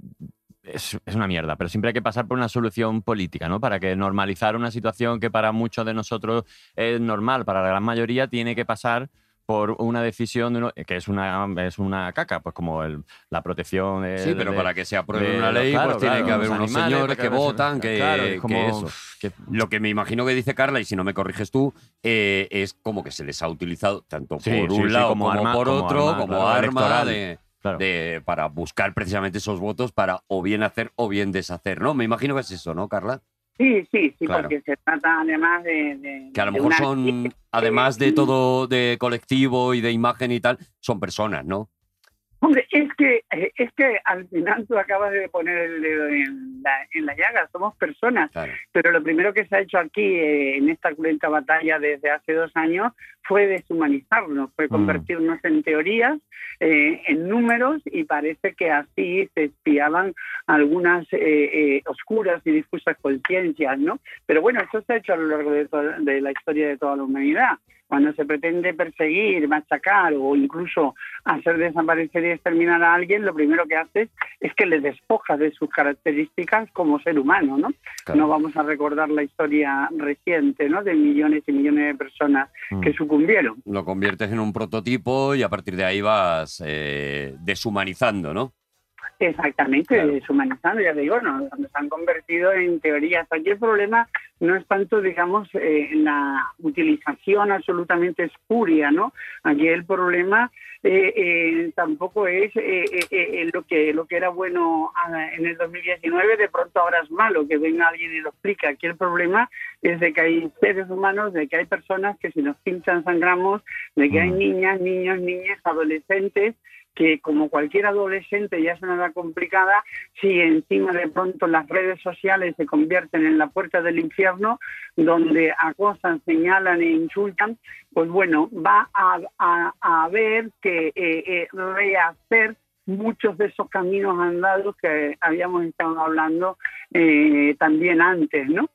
Es, es una mierda, pero siempre hay que pasar por una solución política, ¿no? Para que normalizar una situación que para muchos de nosotros es normal, para la gran mayoría tiene que pasar por una decisión de uno, que es una es una caca, pues como el, la protección de, sí, pero de, para que se apruebe de, una ley, claro, pues tiene claro, que haber unos animales, señores que, que votan, que, claro, como, que eso. Que, lo que me imagino que dice Carla, y si no me corriges tú, eh, es como que se les ha utilizado tanto sí, por sí, un sí, lado como como arma, por otro, como arma, como claro, arma electoral. de... Claro. De, para buscar precisamente esos votos para o bien hacer o bien deshacer, ¿no? Me imagino que es eso, ¿no, Carla? Sí, sí, sí, claro. Porque se trata además de... de que a lo de mejor una... son, además de todo de colectivo y de imagen y tal, son personas, ¿no? Hombre, es que, es que al final tú acabas de poner el dedo en la, en la llaga, somos personas, claro. Pero lo primero que se ha hecho aquí eh, en esta cruenta batalla desde hace dos años fue deshumanizarnos, fue convertirnos mm. en teorías, eh, en números, y parece que así se espiaban algunas eh, eh, oscuras y difusas conciencias, ¿no? Pero bueno, eso se ha hecho a lo largo de, to- de la historia de toda la humanidad. Cuando se pretende perseguir, machacar o incluso hacer desaparecer y exterminar a alguien, lo primero que haces es que le despojas de sus características como ser humano, ¿no? Claro. No vamos a recordar la historia reciente, ¿no? De millones y millones de personas mm. que sucumbieron. Lo conviertes en un prototipo y a partir de ahí vas eh, deshumanizando, ¿no? Exactamente, Claro. deshumanizando, ya te digo, no, nos han convertido en teorías. Aquí el problema no es tanto, digamos, eh, la utilización absolutamente espuria, ¿no? Aquí el problema eh, eh, tampoco es eh, eh, eh, lo que lo que era bueno ah, en el dos mil diecinueve, de pronto ahora es malo, que venga alguien y lo explique. Aquí el problema es de que hay seres humanos, de que hay personas que si nos pinchan sangramos, de que hay Mm. niñas, niños, niñas, adolescentes, que como cualquier adolescente ya es una edad complicada, si encima de pronto las redes sociales se convierten en la puerta del infierno, donde acosan, señalan e insultan, pues bueno, va a, a, a haber que eh, eh, rehacer muchos de esos caminos andados que habíamos estado hablando eh, también antes, ¿no?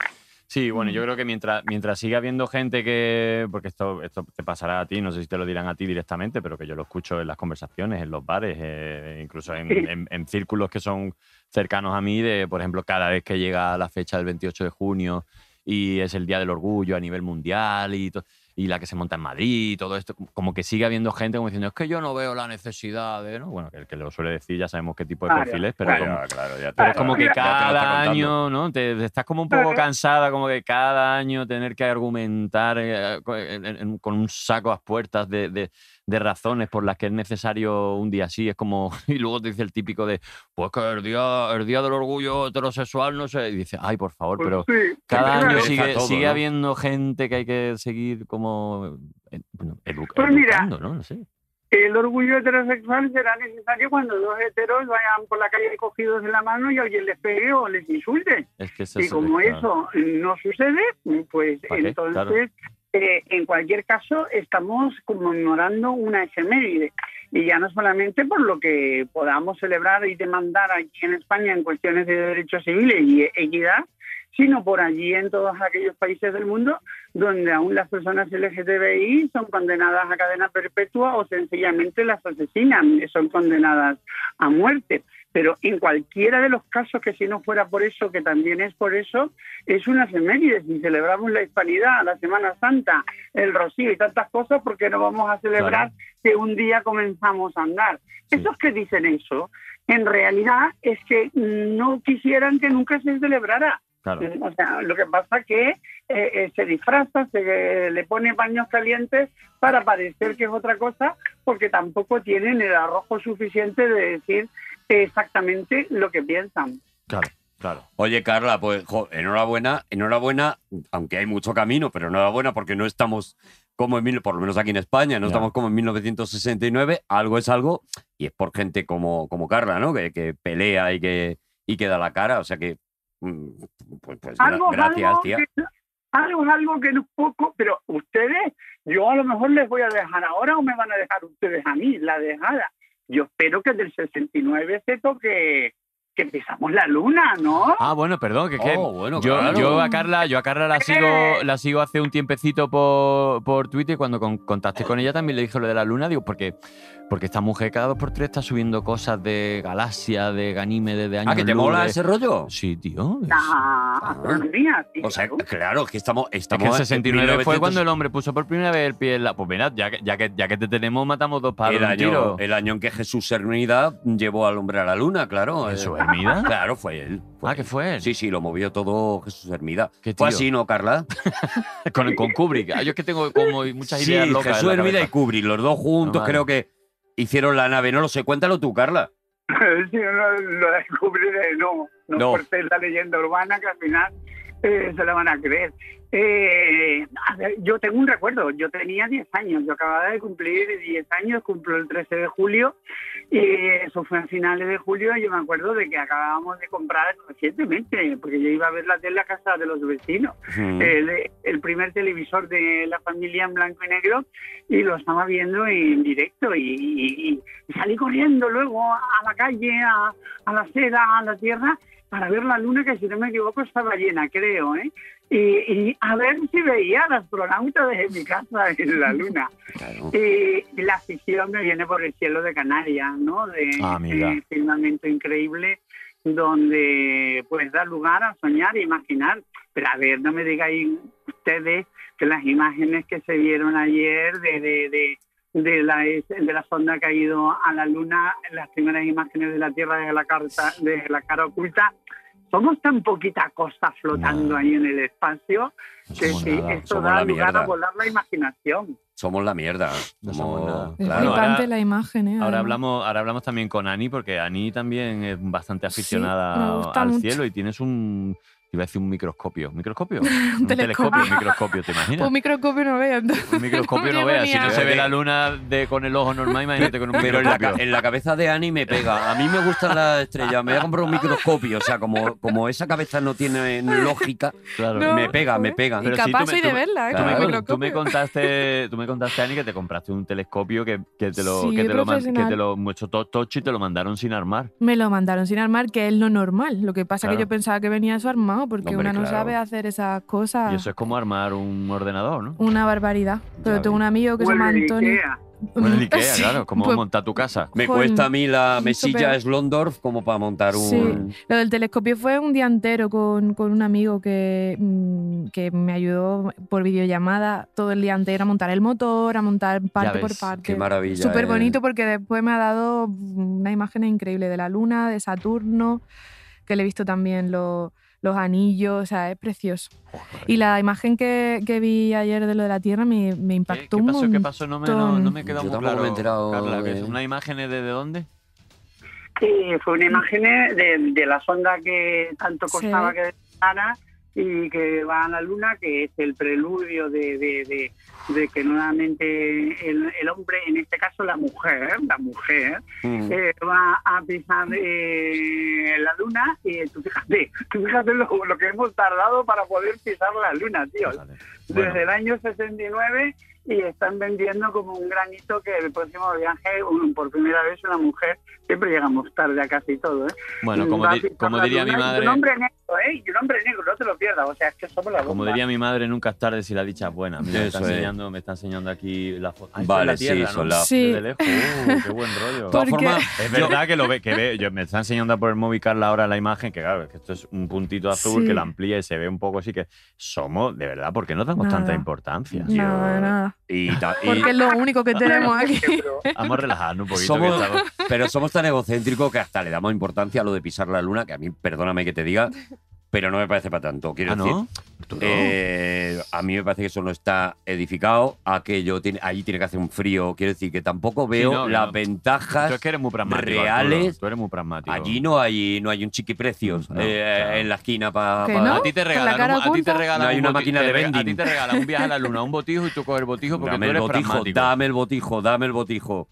Sí, bueno, yo creo que mientras, mientras siga habiendo gente que, porque esto, esto te pasará a ti, no sé si te lo dirán a ti directamente, pero que yo lo escucho en las conversaciones, en los bares, eh, incluso en, Sí. en- en círculos que son cercanos a mí, de, por ejemplo, cada vez que llega la fecha del veintiocho de junio y es el Día del Orgullo a nivel mundial y, to- y la que se monta en Madrid y todo esto, como que sigue habiendo gente como diciendo, es que yo no veo la necesidad de, ¿no? Bueno, que el que lo suele decir ya sabemos qué tipo de Claro, perfil es, pero claro. como, Claro, claro, ya te- pero es como que ya te lo está cada contando. año, ¿no? Te, te estás como un poco Claro. cansada, como que cada año tener que argumentar eh, co- en- en- con un saco a puertas de, de- de razones por las que es necesario un día así. Es como, y luego te dice el típico de, pues que el día, el día del orgullo heterosexual, no sé. Y dice, ay, por favor, Pues pero sí, cada claro. año Pereza sigue, todo, sigue ¿no? habiendo gente que hay que seguir como eh, bueno, edu- Pues mira, educando, ¿no? No sé. El orgullo heterosexual será necesario cuando dos heteros vayan por la calle cogidos de la mano y alguien les pegue o les insulte. Es que ese Y es- como claro. eso no sucede, pues ¿Para qué? entonces, eh, en cualquier caso, estamos conmemorando una efeméride. Y ya no solamente por lo que podamos celebrar y demandar aquí en España en cuestiones de derechos civiles y equidad, sino por allí en todos aquellos países del mundo donde aún las personas L G T B I son condenadas a cadena perpetua o sencillamente las asesinan, son condenadas a muerte. Pero en cualquiera de los casos, que si no fuera por eso, que también es por eso, es una efeméride. Si celebramos la Hispanidad, la Semana Santa, el Rocío y tantas cosas, ¿por qué no vamos a celebrar Claro. que un día comenzamos a andar? Sí. Esos que dicen eso, en realidad es que no quisieran que nunca se celebrara. Claro. O sea, lo que pasa es que eh, eh, se disfraza, se eh, le pone paños calientes para parecer que es otra cosa, porque tampoco tienen el arrojo suficiente de decir exactamente lo que piensan. Claro, claro. Oye, Carla, pues jo, enhorabuena, enhorabuena, aunque hay mucho camino, pero enhorabuena porque no estamos como en mil, por lo menos aquí en España, no Ya. estamos como en mil novecientos sesenta y nueve, algo es algo, y es por gente como, como Carla, ¿no? Que, que pelea y que, y que da la cara, o sea que, mm, pues, pues gra- Algo, gracias, algo, tía. que, algo es algo que no es poco, pero ustedes, yo a lo mejor les voy a dejar ahora o me van a dejar ustedes a mí la dejada. Yo espero que del sesenta y nueve se toque que pisamos la luna, ¿no? Ah, bueno, perdón, que, que Oh, bueno, yo, claro. yo a Carla, yo a Carla la sigo, Eh. la sigo hace un tiempecito por, por Twitter y cuando con- contacté con ella también le dije lo de la luna, digo, porque, porque esta mujer cada dos por tres está subiendo cosas de galaxia, de Ganímedes, de años Ah, ¿que te luz, mola de- ese rollo? Sí, tío. es- Ah, astronomía, sí, O sea, claro. claro, es que estamos, Es estamos que el en sesenta y nueve fue 1900. cuando el hombre puso por primera vez el pie en la... Pues mira, ya que, ya que, ya que te tenemos, matamos dos palos el de un año, tiro. el año en que Jesús Hermida llevó al hombre a la luna, claro. ¿Eso eh, es Hermida? Claro, fue él. fue Ah, él. ¿que fue él? Sí, sí, lo movió todo Jesús Hermida. Qué Fue tío. así, ¿no, Carla? Con, con Kubrick. Ah, yo es que tengo como muchas Sí, ideas locas en Jesús la Hermida y cabeza. Kubrick, los dos juntos, No, vale. creo que hicieron la nave. No lo sé, cuéntalo tú, Carla. Sí, no, lo descubriré, no, no, No. por ser la leyenda urbana que al final eh, se la van a creer. Eh, a ver, yo tengo un recuerdo, yo tenía diez años, yo acababa de cumplir diez años, cumplo el trece de julio, y eso fue a finales de julio, y yo me acuerdo de que acabábamos de comprar recientemente, porque yo iba a ver la tele en la casa de los vecinos, Mm. el, el primer televisor de la familia en blanco y negro, y lo estaba viendo en directo, y, y- y salí corriendo luego a la calle, a, a la acera, a la tierra, para ver la luna, que si no me equivoco estaba llena, creo, ¿eh? Y, y a ver si veía al astronauta desde mi casa en la luna. Claro. Y la afición me viene por el cielo de Canarias, ¿no? De Ah, mira. ese firmamento increíble donde pues da lugar a soñar e imaginar. Pero a ver, no me digáis ustedes que las imágenes que se vieron ayer de, de, de, de la, de la sonda que ha ido a la Luna, las primeras imágenes de la Tierra desde la, carta, desde la cara oculta. Somos tan poquita cosa flotando Nada. ahí en el espacio que Somos sí, nada, esto somos da la lugar mierda. a volar la imaginación. Somos la mierda. No Somos- somos nada. Es claro. flipante ahora- la imagen, ¿eh? Ahora Además. hablamos, ahora hablamos también con Ani, porque Ani también es bastante Sí, aficionada me gusta al mucho. cielo y tienes un, iba a decir un microscopio. ¿Microscopio? un telescopio. telescopio, un microscopio, ¿te imaginas? Pues un microscopio no vean. Un microscopio no veas, si no se ve la luna de, con el ojo normal, imagínate con un Pero en la, microscopio. ca- en la cabeza de Ani me pega. A mí me gustan las estrellas. Me voy a comprar un microscopio. O sea, como, como esa cabeza no tiene lógica, Claro. No, me pega, me joder. pega. Y Pero sí, capaz tú me- soy tú de me- verla, ¿eh? Claro. Con el Tú me, microscopio. tú me contaste, tú me contaste, Ani, que te compraste un telescopio que, que te lo, Sí, que te lo, man- que profesional. te lo mucho to- tocho y te lo mandaron sin armar. Me lo mandaron sin armar, que es lo normal. Lo que pasa Claro. que yo pensaba que venía eso armado, porque Hombre, una no claro. sabe hacer esas cosas. Y eso es como armar un ordenador, ¿no? Una barbaridad. Pero Ya tengo ves. un amigo que se llama Vuelve de Antonio. Ikea. Bueno, el Ikea, Sí, claro, como pues, montar tu casa. Me Joder, cuesta a mí la mucho mesilla peor. Slondorf como para montar un... Sí. Lo del telescopio fue un día entero con, con un amigo que, mm, que me ayudó por videollamada todo el día entero a montar el motor, a montar parte por ves, parte. Qué maravilla. Súper eh. bonito porque después me ha dado una imagen increíble de la Luna, de Saturno, que le he visto también los, los anillos, o sea, es precioso. Y la imagen que, que vi ayer de lo de la Tierra me, me ¿Qué, impactó qué un pasó? ¿Qué pasó? No me, no, montón. no me queda Yo muy tampoco claro, me he enterado Carla, que de- es una imagen de, de dónde. Sí, fue una imagen de, de la sonda que tanto Sí. costaba que despegara y que va a la Luna, que es el preludio de, de, de, de que nuevamente el, el hombre, en este caso la mujer, la mujer, Mm. eh, va a pisar eh, la Luna. Y tú fíjate, tú fíjate lo, lo que hemos tardado para poder pisar la Luna, tío. Fíjate. Bueno, Desde el año sesenta y nueve, y están vendiendo como un granito que el próximo viaje, un- por primera vez una mujer, siempre llegamos tarde a casi todo, ¿eh? bueno, como, Va a di- pisar como la diría mi Luna, y madre, un hombre negro, ¿eh? Y un hombre negro, no te lo pierdas, o sea, es que somos la bomba. como diría mi madre, nunca es tarde si la dicha es buena. Mira, me, está Eso es. enseñando, me está enseñando aquí la foto. Ah, Vale, esta es la tierra, sí, ¿no? son la- Sí. Desde lejos. Uh, qué buen rollo. De todas Porque- formas, Es yo- verdad que lo ve, que ve, yo me está enseñando por el móvil Carla ahora la imagen, que claro, que esto es un puntito azul Sí. que la amplía y se ve un poco así que somos, de verdad, ¿por qué no damos Nada. tanta importancia? Yo- Nada, nada. Y, ta- y- Porque es lo único que tenemos aquí. Vamos a relajarnos un poquito. somos, que estamos- pero somos tan egocéntricos que hasta le damos importancia a lo de pisar la luna, que a mí, perdóname que te diga, pero no me parece para tanto. Quiero Ah, decir, ¿no? ¿Tú no? eh, a mí me parece que eso no está edificado, aquello tiene, allí tiene que hacer un frío. Quiero decir que tampoco veo no, las no. ventajas. Tú es que eres muy pragmático. reales. Arturo, tú eres muy pragmático. Allí no hay, no hay un chiquiprecios No, eh, claro. en la esquina para. ¿Que no? A ti te ¿Con la regalan, cara un, a ti te oculta? regalan No hay un una boti- máquina te de rega- A ti vending. te regalan un viaje a la luna, un botijo y tú coges el botijo porque Dame tú el eres botijo, pragmático. dame el botijo, dame el botijo.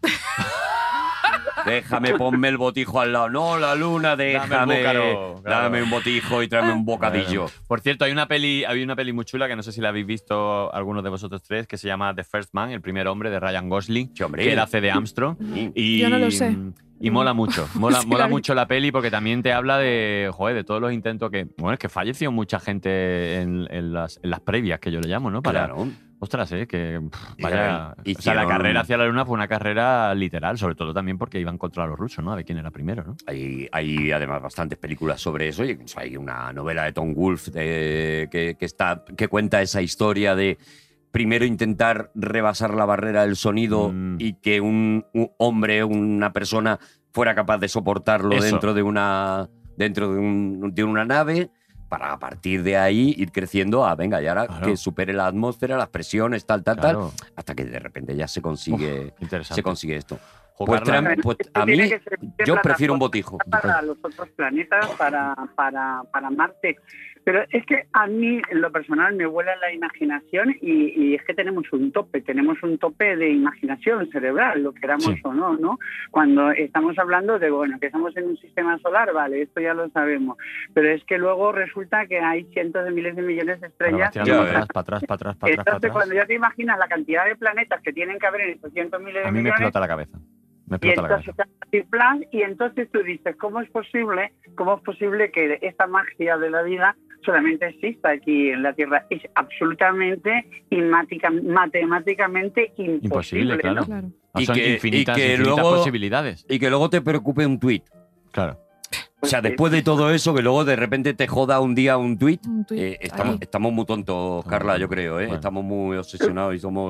Déjame, ponme el botijo al lado. No, la luna, déjame. búcaro, claro. Dame un botijo y tráeme un bocadillo. Bueno. Por cierto, hay una peli, hay una peli muy chula que no sé si la habéis visto algunos de vosotros tres, que se llama The First Man, el primer hombre, de Ryan Gosling, Sí, hombre. que él hace de Armstrong. Sí. Y, Yo no lo sé. Y mola mucho, mola, Sí, mola la vi. mucho la peli porque también te habla de, joder, de todos los intentos que, bueno, es que falleció mucha gente en, en las, en las previas, que yo le llamo, ¿no? Para, Claro. Ostras, eh, que pff, Y vaya. hicieron- O sea, la carrera hacia la luna fue una carrera literal, sobre todo también porque iban contra los rusos, ¿no? A ver quién era primero, ¿no? Hay, hay además bastantes películas sobre eso. Y incluso hay una novela de Tom Wolfe de- que, que, está, que cuenta esa historia de primero intentar rebasar la barrera del sonido Mm. y que un, un hombre, una persona, fuera capaz de soportarlo Eso. dentro de una dentro de, un- de una nave, para a partir de ahí ir creciendo a, venga, y ahora Claro. que supere la atmósfera, las presiones, tal, tal, Claro. tal, hasta que de repente ya se consigue, Uf, interesante. se consigue esto. Jo, Pues, Carla, tram- pues Esto a mí, tiene que ser de yo prefiero un plataforma botijo. para los otros planetas, para, para, para Marte. Pero es que a mí, en lo personal, me vuela la imaginación y, y es que tenemos un tope, tenemos un tope de imaginación cerebral, lo queramos Sí. o no, ¿no? Cuando estamos hablando de, bueno, que estamos en un sistema solar, vale, esto ya lo sabemos, pero es que luego resulta que hay cientos de miles de millones de Ahora vas estrellas. tirando Ya para ves. atrás, para atrás, para atrás, para atrás, para Entonces, atrás. cuando ya te imaginas la cantidad de planetas que tienen que haber en estos cientos miles de A mí me millones, explota la cabeza. Me y explota la entonces, cabeza. así, plan, y entonces tú dices, ¿cómo es posible, cómo es posible que esta magia de la vida solamente exista aquí en la Tierra? Es absolutamente inmática- matemáticamente imposible. Imposible, claro. ¿no? Claro. Ah, Y son que- infinitas, y que infinitas luego- posibilidades. Y que luego te preocupe un tuit. Claro. O sea, Pues sí. después de todo eso, que luego de repente te joda un día un tuit, Un tuit eh, estamos, ahí. estamos muy tontos, Carla, yo creo, ¿eh? Bueno. Estamos muy obsesionados y somos...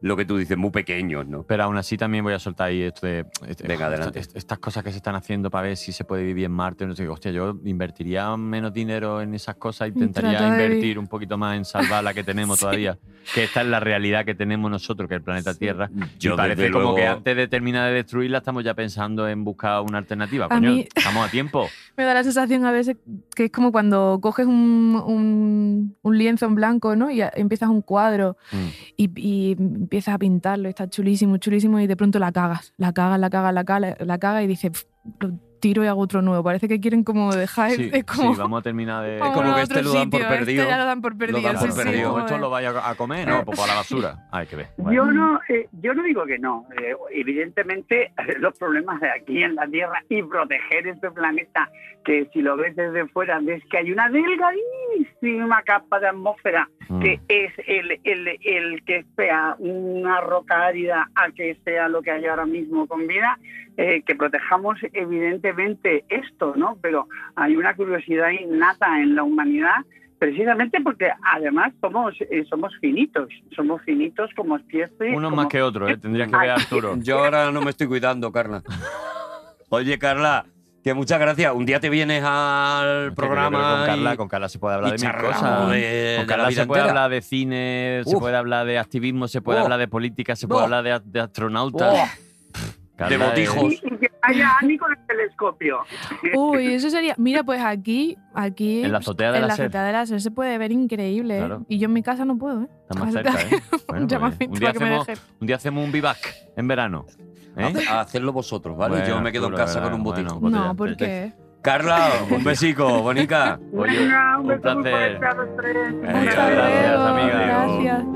lo que tú dices, muy pequeños, ¿no? Pero aún así también voy a soltar ahí esto de, este- Venga, adelante. est- estas cosas que se están haciendo para ver si se puede vivir en Marte. No sé, hostia, yo invertiría menos dinero en esas cosas, intentaría Trata de invertir vivir. un poquito más en salvar la que tenemos todavía, que esta es la realidad que tenemos nosotros, que es el planeta Tierra. Yo, y parece desde como luego- que antes de terminar de destruirla estamos ya pensando en buscar una alternativa. A Coño, mí- estamos a tiempo. Me da la sensación a veces que es como cuando coges un, un- un lienzo en blanco, ¿no? Y a- empiezas un cuadro Mm. y, y empiezas a pintarlo, está chulísimo, chulísimo, y de pronto la cagas, la cagas, la cagas, la cagas, la cagas y dices, "Pff, lo tiro y hago otro nuevo". Parece que quieren como dejar, Sí, es como, sí, vamos a terminar de... vamos como a que otro este lo dan por sitio, perdido, este ya lo dan por perdido. dan sí, por sí, perdido. Como esto joder. lo vaya a comer, ¿no? Pues para la basura. Hay que ver. Bueno. Yo no, eh, yo no digo que no. Eh, evidentemente, los problemas de aquí en la Tierra y proteger este planeta, que si lo ves desde fuera, ves que hay una delgadísima capa de atmósfera Mm. que es el, el, el que sea una roca árida a que sea lo que hay ahora mismo con vida, eh, que protejamos evidentemente esto, ¿no? Pero hay una curiosidad innata en la humanidad, precisamente porque además somos eh, somos finitos, somos finitos como especie. Unos como- más que otros, ¿eh? Tendrías que ver a Arturo. Yo ahora no me estoy cuidando, Carla. Oye, Carla, que muchas gracias. Un día te vienes al Es que programa yo creo que con Carla, y- con Carla se puede hablar y de mil charlamos cosas. de- de con la Carla vida se puede entera. hablar de cine, se Uf. puede hablar de activismo, se puede Oh. hablar de política, se puede Oh. hablar de, de astronautas. Oh, Carla de es- botijos. Y, y que haya Ani con el telescopio. Uy, eso sería. Mira, pues aquí, aquí En la azotea de en la la SER. azotea de la SER se puede ver increíble. ¿eh? Claro. Y yo en mi casa no puedo, ¿eh? Está más Así cerca, que- ¿eh? Bueno, Ya pues, me un, día que me hacemos, deje. un día hacemos un vivac en verano. ¿eh? A hacerlo vosotros, ¿vale? Bueno, Yo me quedo en Arturo, casa con ¿verdad? un botijo. Bueno, No, botella. porque. Carla, un besico, bonica. Oye, Venga, un beso muy placer. fuerte a los tres. Venga, Hasta gracias, luego. amiga. Gracias.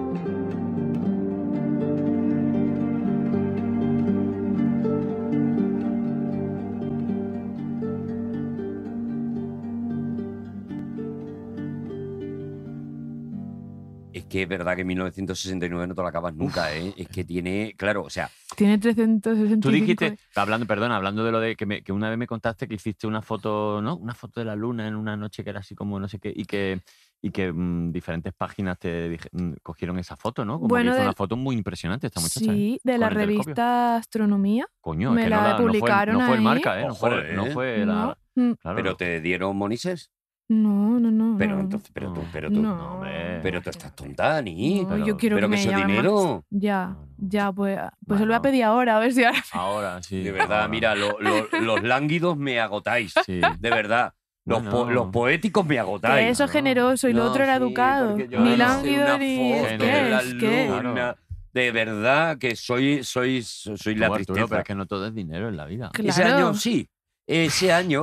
Es que es verdad que mil novecientos sesenta y nueve no te lo acabas nunca, ¿eh? Es que tiene, claro, o sea, Tiene trescientos sesenta y cinco. Tú dijiste, hablando, perdona, hablando de lo de que, me- que una vez me contaste que hiciste una foto, ¿no? Una foto de la luna en una noche que era así como no sé qué, y que, y que mm, diferentes páginas te dije- mm, cogieron esa foto, ¿no? Como Bueno, que hizo de- una foto muy impresionante esta muchacha. ¿eh? Sí, de Con la el telescopio. revista Astronomía. Coño, me es que la no, la, no fue, publicaron no fue el ahí. marca, ¿eh? No Ojo, fue, no ¿eh? fue la... No, mm, Claro, pero no. te dieron monises. no, no, no. Pero no. entonces, pero tú, No. pero tú, No. No, hombre. pero tú estás tonta, ni. No, pero- yo quiero pero que, que me eso es llamen dinero. más. Ya, No, no. ya, pues, pues se lo voy a Bueno. pedir ahora, a ver si ahora. Ahora, sí. De verdad, ahora. mira, lo- lo- los lánguidos me agotáis. Sí. De verdad. Los, po- Bueno. los poéticos me agotáis. Que eso es no. generoso y lo No, otro era sí, educado. porque yo Ni no sé lánguido una ni. foto Es foto de que, la es que. Claro. luna. De verdad que soy, soy, soy la No, Arturo, tristeza. pero es que no todo es dinero en la vida. Ese Claro. año sí. Ese año.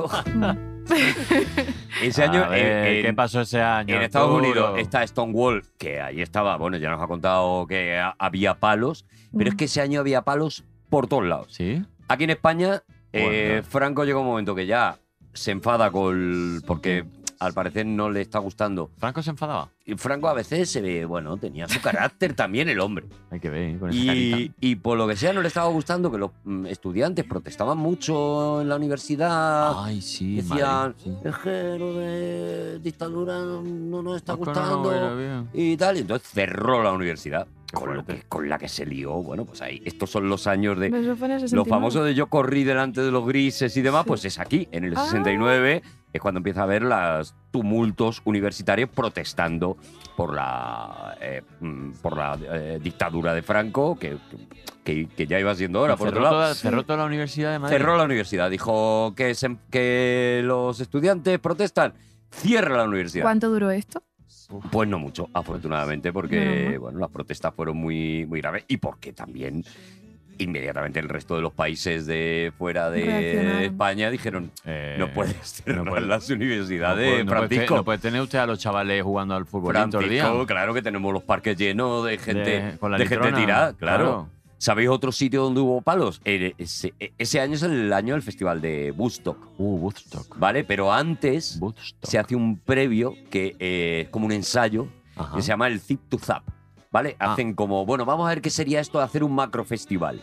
ese año. A ver, en- ¿qué pasó ese año? En Estados Arturo? Unidos está Stonewall, que ahí estaba, bueno, ya nos ha contado que ha- había palos, pero es Mm. que ese año había palos por todos lados. ¿Sí? Aquí en España, eh, Bueno. Franco llega un momento que ya se enfada con porque al parecer no le está gustando. ¿Franco se enfadaba? Y Franco a veces se ve, bueno, tenía su carácter también el hombre. Hay que ver, ¿eh? Con esa carita. Y, y por lo que sea no le estaba gustando que los mm, estudiantes protestaban mucho en la universidad. Ay, sí, Decían, Madrid, sí. es que lo de dictadura no, no nos está Es que no, gustando. era bien. Y tal, y entonces cerró la universidad. Qué Con, lo fuerte. que, con la que se lió. Bueno, pues ahí, estos son los años de. Eso fue en el Lo sesenta y nueve. famoso de yo corrí delante de los grises y demás, Sí. pues es aquí, en el Ah. sesenta y nueve, es cuando empieza a haber los tumultos universitarios protestando por la eh, mm, por la eh, dictadura de Franco, que, que, que ya iba siendo hora, por otro cerró, lado. toda, cerró toda la Universidad de Madrid. Cerró la universidad, dijo que, se- que los estudiantes protestan, cierra la universidad. ¿Cuánto duró esto? Pues no mucho, afortunadamente, Menos porque mal. bueno, las protestas fueron muy, muy graves y porque también inmediatamente el resto de los países de fuera de Reaccionaron. España dijeron Eh, no puedes cerrar no puede- las no universidades, puede- no puede Francisco. tener- no puede tener usted a los chavales jugando al fútbol todo el día. Francisco, claro que tenemos los parques llenos de gente, De- con la de gente litrona, tirada, claro. claro. ¿Sabéis otro sitio donde hubo palos? Eh, Ese, ese año es el año del festival de Woodstock, Uh, Woodstock. ¿vale? Pero antes Woodstock. se hace un previo que eh, es como un ensayo Ajá. que se llama el Zip to Zap, ¿vale? Ah. Hacen como, bueno, vamos a ver qué sería esto de hacer un macro festival.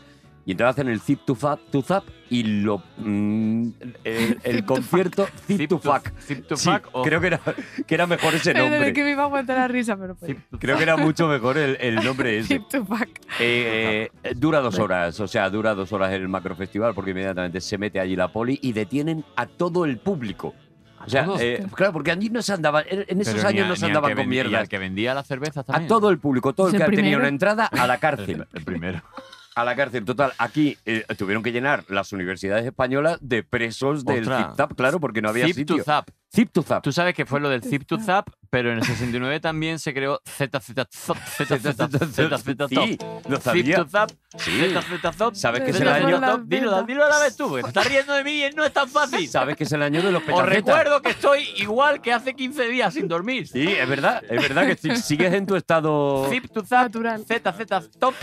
Y entonces hacen el Zip to Zap, to zap y lo mm, el, el concierto Zip, Zip to to- Fuck. Zip to Sí, Fuck o- creo que era, que era mejor ese Perdón, nombre. es que me iba a aguantar la risa, pero pues. Creo que era mucho mejor el, el nombre ese. Zip to fuck. Eh, eh, dura dos horas, o sea, dura dos horas el macrofestival porque inmediatamente se mete allí la poli y detienen a todo el público. O sea, todos? eh, claro, porque allí no se andaban, en en esos Pero ni años a- no se ni al andaban que con vendía- y mierdas. al que vendía las cervezas A también. todo el público, todo el ¿Es que el tenía primero? una entrada, a la cárcel. El primero. A la cárcel, total. Aquí eh, tuvieron que llenar las universidades españolas de presos del Ostras. Zip Zap, claro, porque no había Zip sitio. to Zap. Zip to Zap. Tú sabes que fue lo del Zip to Zap, pero en el sesenta y nueve también se creó Z Z Zop, Z Z Z Z Sí, lo Zip sabía. to Zap, Sí. Z Z Zop. ¿Sabes que es Se el le fue año? la- Dilo, dilo a la vez tú, porque te estás riendo de mí y no es tan fácil. ¿Sabes que es el año de los Os petacetas? recuerdo que estoy igual que hace quince días sin dormir. Sí, es verdad, es verdad que si- sigues en tu estado. Zip to Zap, Natural. Z Z Top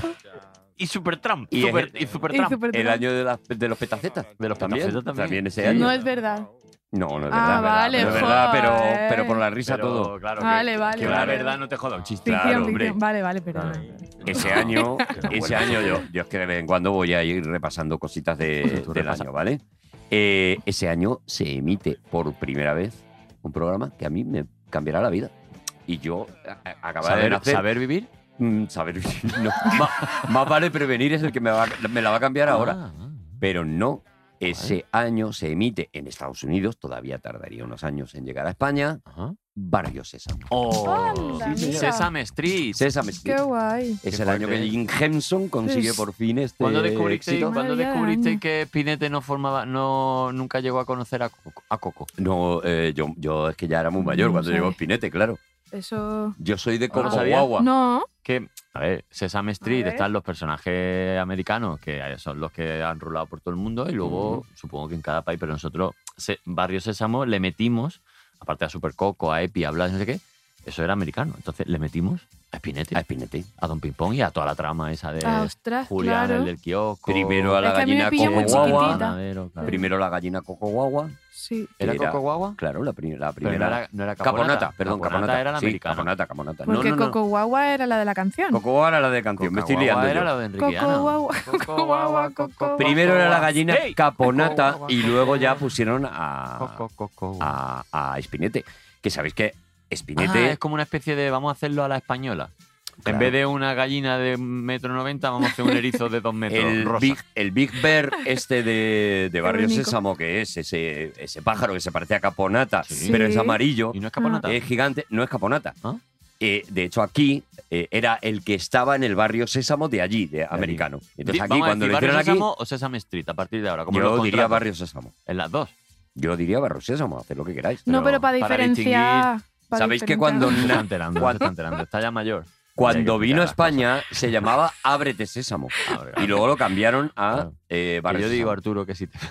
y Super Trump. Y Super, es- y Super Y Trump. súper El trump. año de, las- de los petacetas. De los también. petacetas también. ese año. No es verdad. No, no es Ah, verdad. vale, no es verdad, pero, joder. pero por la risa Pero, todo. Claro, Vale, que, vale, que la vale. verdad no te joda un chiste. Claro, Ficción, hombre. ficción. Vale, vale, pero. Claro. Ese año, no ese vuelvas año a yo, hacer. yo es que de vez en cuando voy a ir repasando cositas de, Tú del repasa. año, ¿vale? Eh, ese año se emite por primera vez un programa que a mí me cambiará la vida. Y yo a- a- acababa de Saber, nacer. saber vivir. Mm, saber vivir, no. más, más vale prevenir es el que me, va- me la va a cambiar ahora. Ah, ah. Pero no. Ese año se emite en Estados Unidos, todavía tardaría unos años en llegar a España, Ajá. Barrio Sésamo. Oh, Anda, sí, mira. Sesame Street. Sésame Street. Qué guay. Es Qué el año que fuerte. Jim Henson consigue Pues, por fin este ¿Cuándo descubristeis, éxito. ¿cuándo Madre mía, descubristeis año. que Spinette no formaba, no nunca llegó a conocer a Coco? A Coco? No, eh, yo, yo es que ya era muy mayor No cuando sé. llegó Spinette, claro. Eso. Yo soy de ¿No Coco sabía? Guagua. No. Que, a ver, Sesame Street ver. están los personajes americanos, que son los que han rulado por todo el mundo, y luego, Ujú. supongo que en cada país, pero nosotros, se- Barrio Sésamo, le metimos, aparte a Super Coco, a Epi, a Blas, no sé qué, eso era americano. Entonces le metimos a Spinette, A Spinette. a Don Ping Pong y a toda la trama esa de Ah, ostras, Julián, claro. el del kiosco. Primero a la Es que a mí me gallina pilla Coco muy Guagua. chiquitita. Ganadero, claro. Primero la gallina Coco Guagua. Sí. ¿Era Era- Coco Guagua? Claro, la, pri- la Pero primera. no era, no era Caponata, Caponata, perdón, Caponata Caponata. era la sí, americana. Caponata, Caponata. Porque no, no, no. Coco Guagua era la de la canción. Coco Guagua era la de canción, me estoy Coco liando Guagua yo. era la de Enriqueana. Coco Guagua, Coco Guagua, Coco Primero era la gallina Hey, Caponata Coco Guagua, y Coco luego ya Guagua. pusieron a, Coco, Coco. a, a Spinette. Que sabéis que Ah, Spinette... es como una especie de vamos a hacerlo a la española. Claro. En vez de una gallina de un metro noventa, vamos a hacer un erizo de dos metros. el, rosa. Big, el Big Bear este de, de Barrio bonito. Sésamo, que es ese, ese pájaro que se parece a Caponata, Sí. pero es amarillo, Y no es Caponata. es gigante, no es Caponata. ¿Ah? Eh, de hecho, aquí eh, era el que estaba en el Barrio Sésamo de allí, de americano. Entonces Di- aquí, vamos a cuando decir, lo hicieron ¿Barrio aquí, Sésamo o Sesame Street a partir de ahora? Como yo los diría contratos. Barrio Sésamo. En las dos. Yo diría Barrio Sésamo, haced lo que queráis. No, pero para para diferenciar. para ¿Sabéis que diferenciar. cuando No se na- está enterando, no se cuando- está enterando. Está ya mayor. Cuando Hay que vino a explicar las España se llamaba Ábrete Sésamo. cosas. Ah, Y luego lo cambiaron a Claro. eh, Que Barrio yo digo, Sésamo. Arturo, que si te,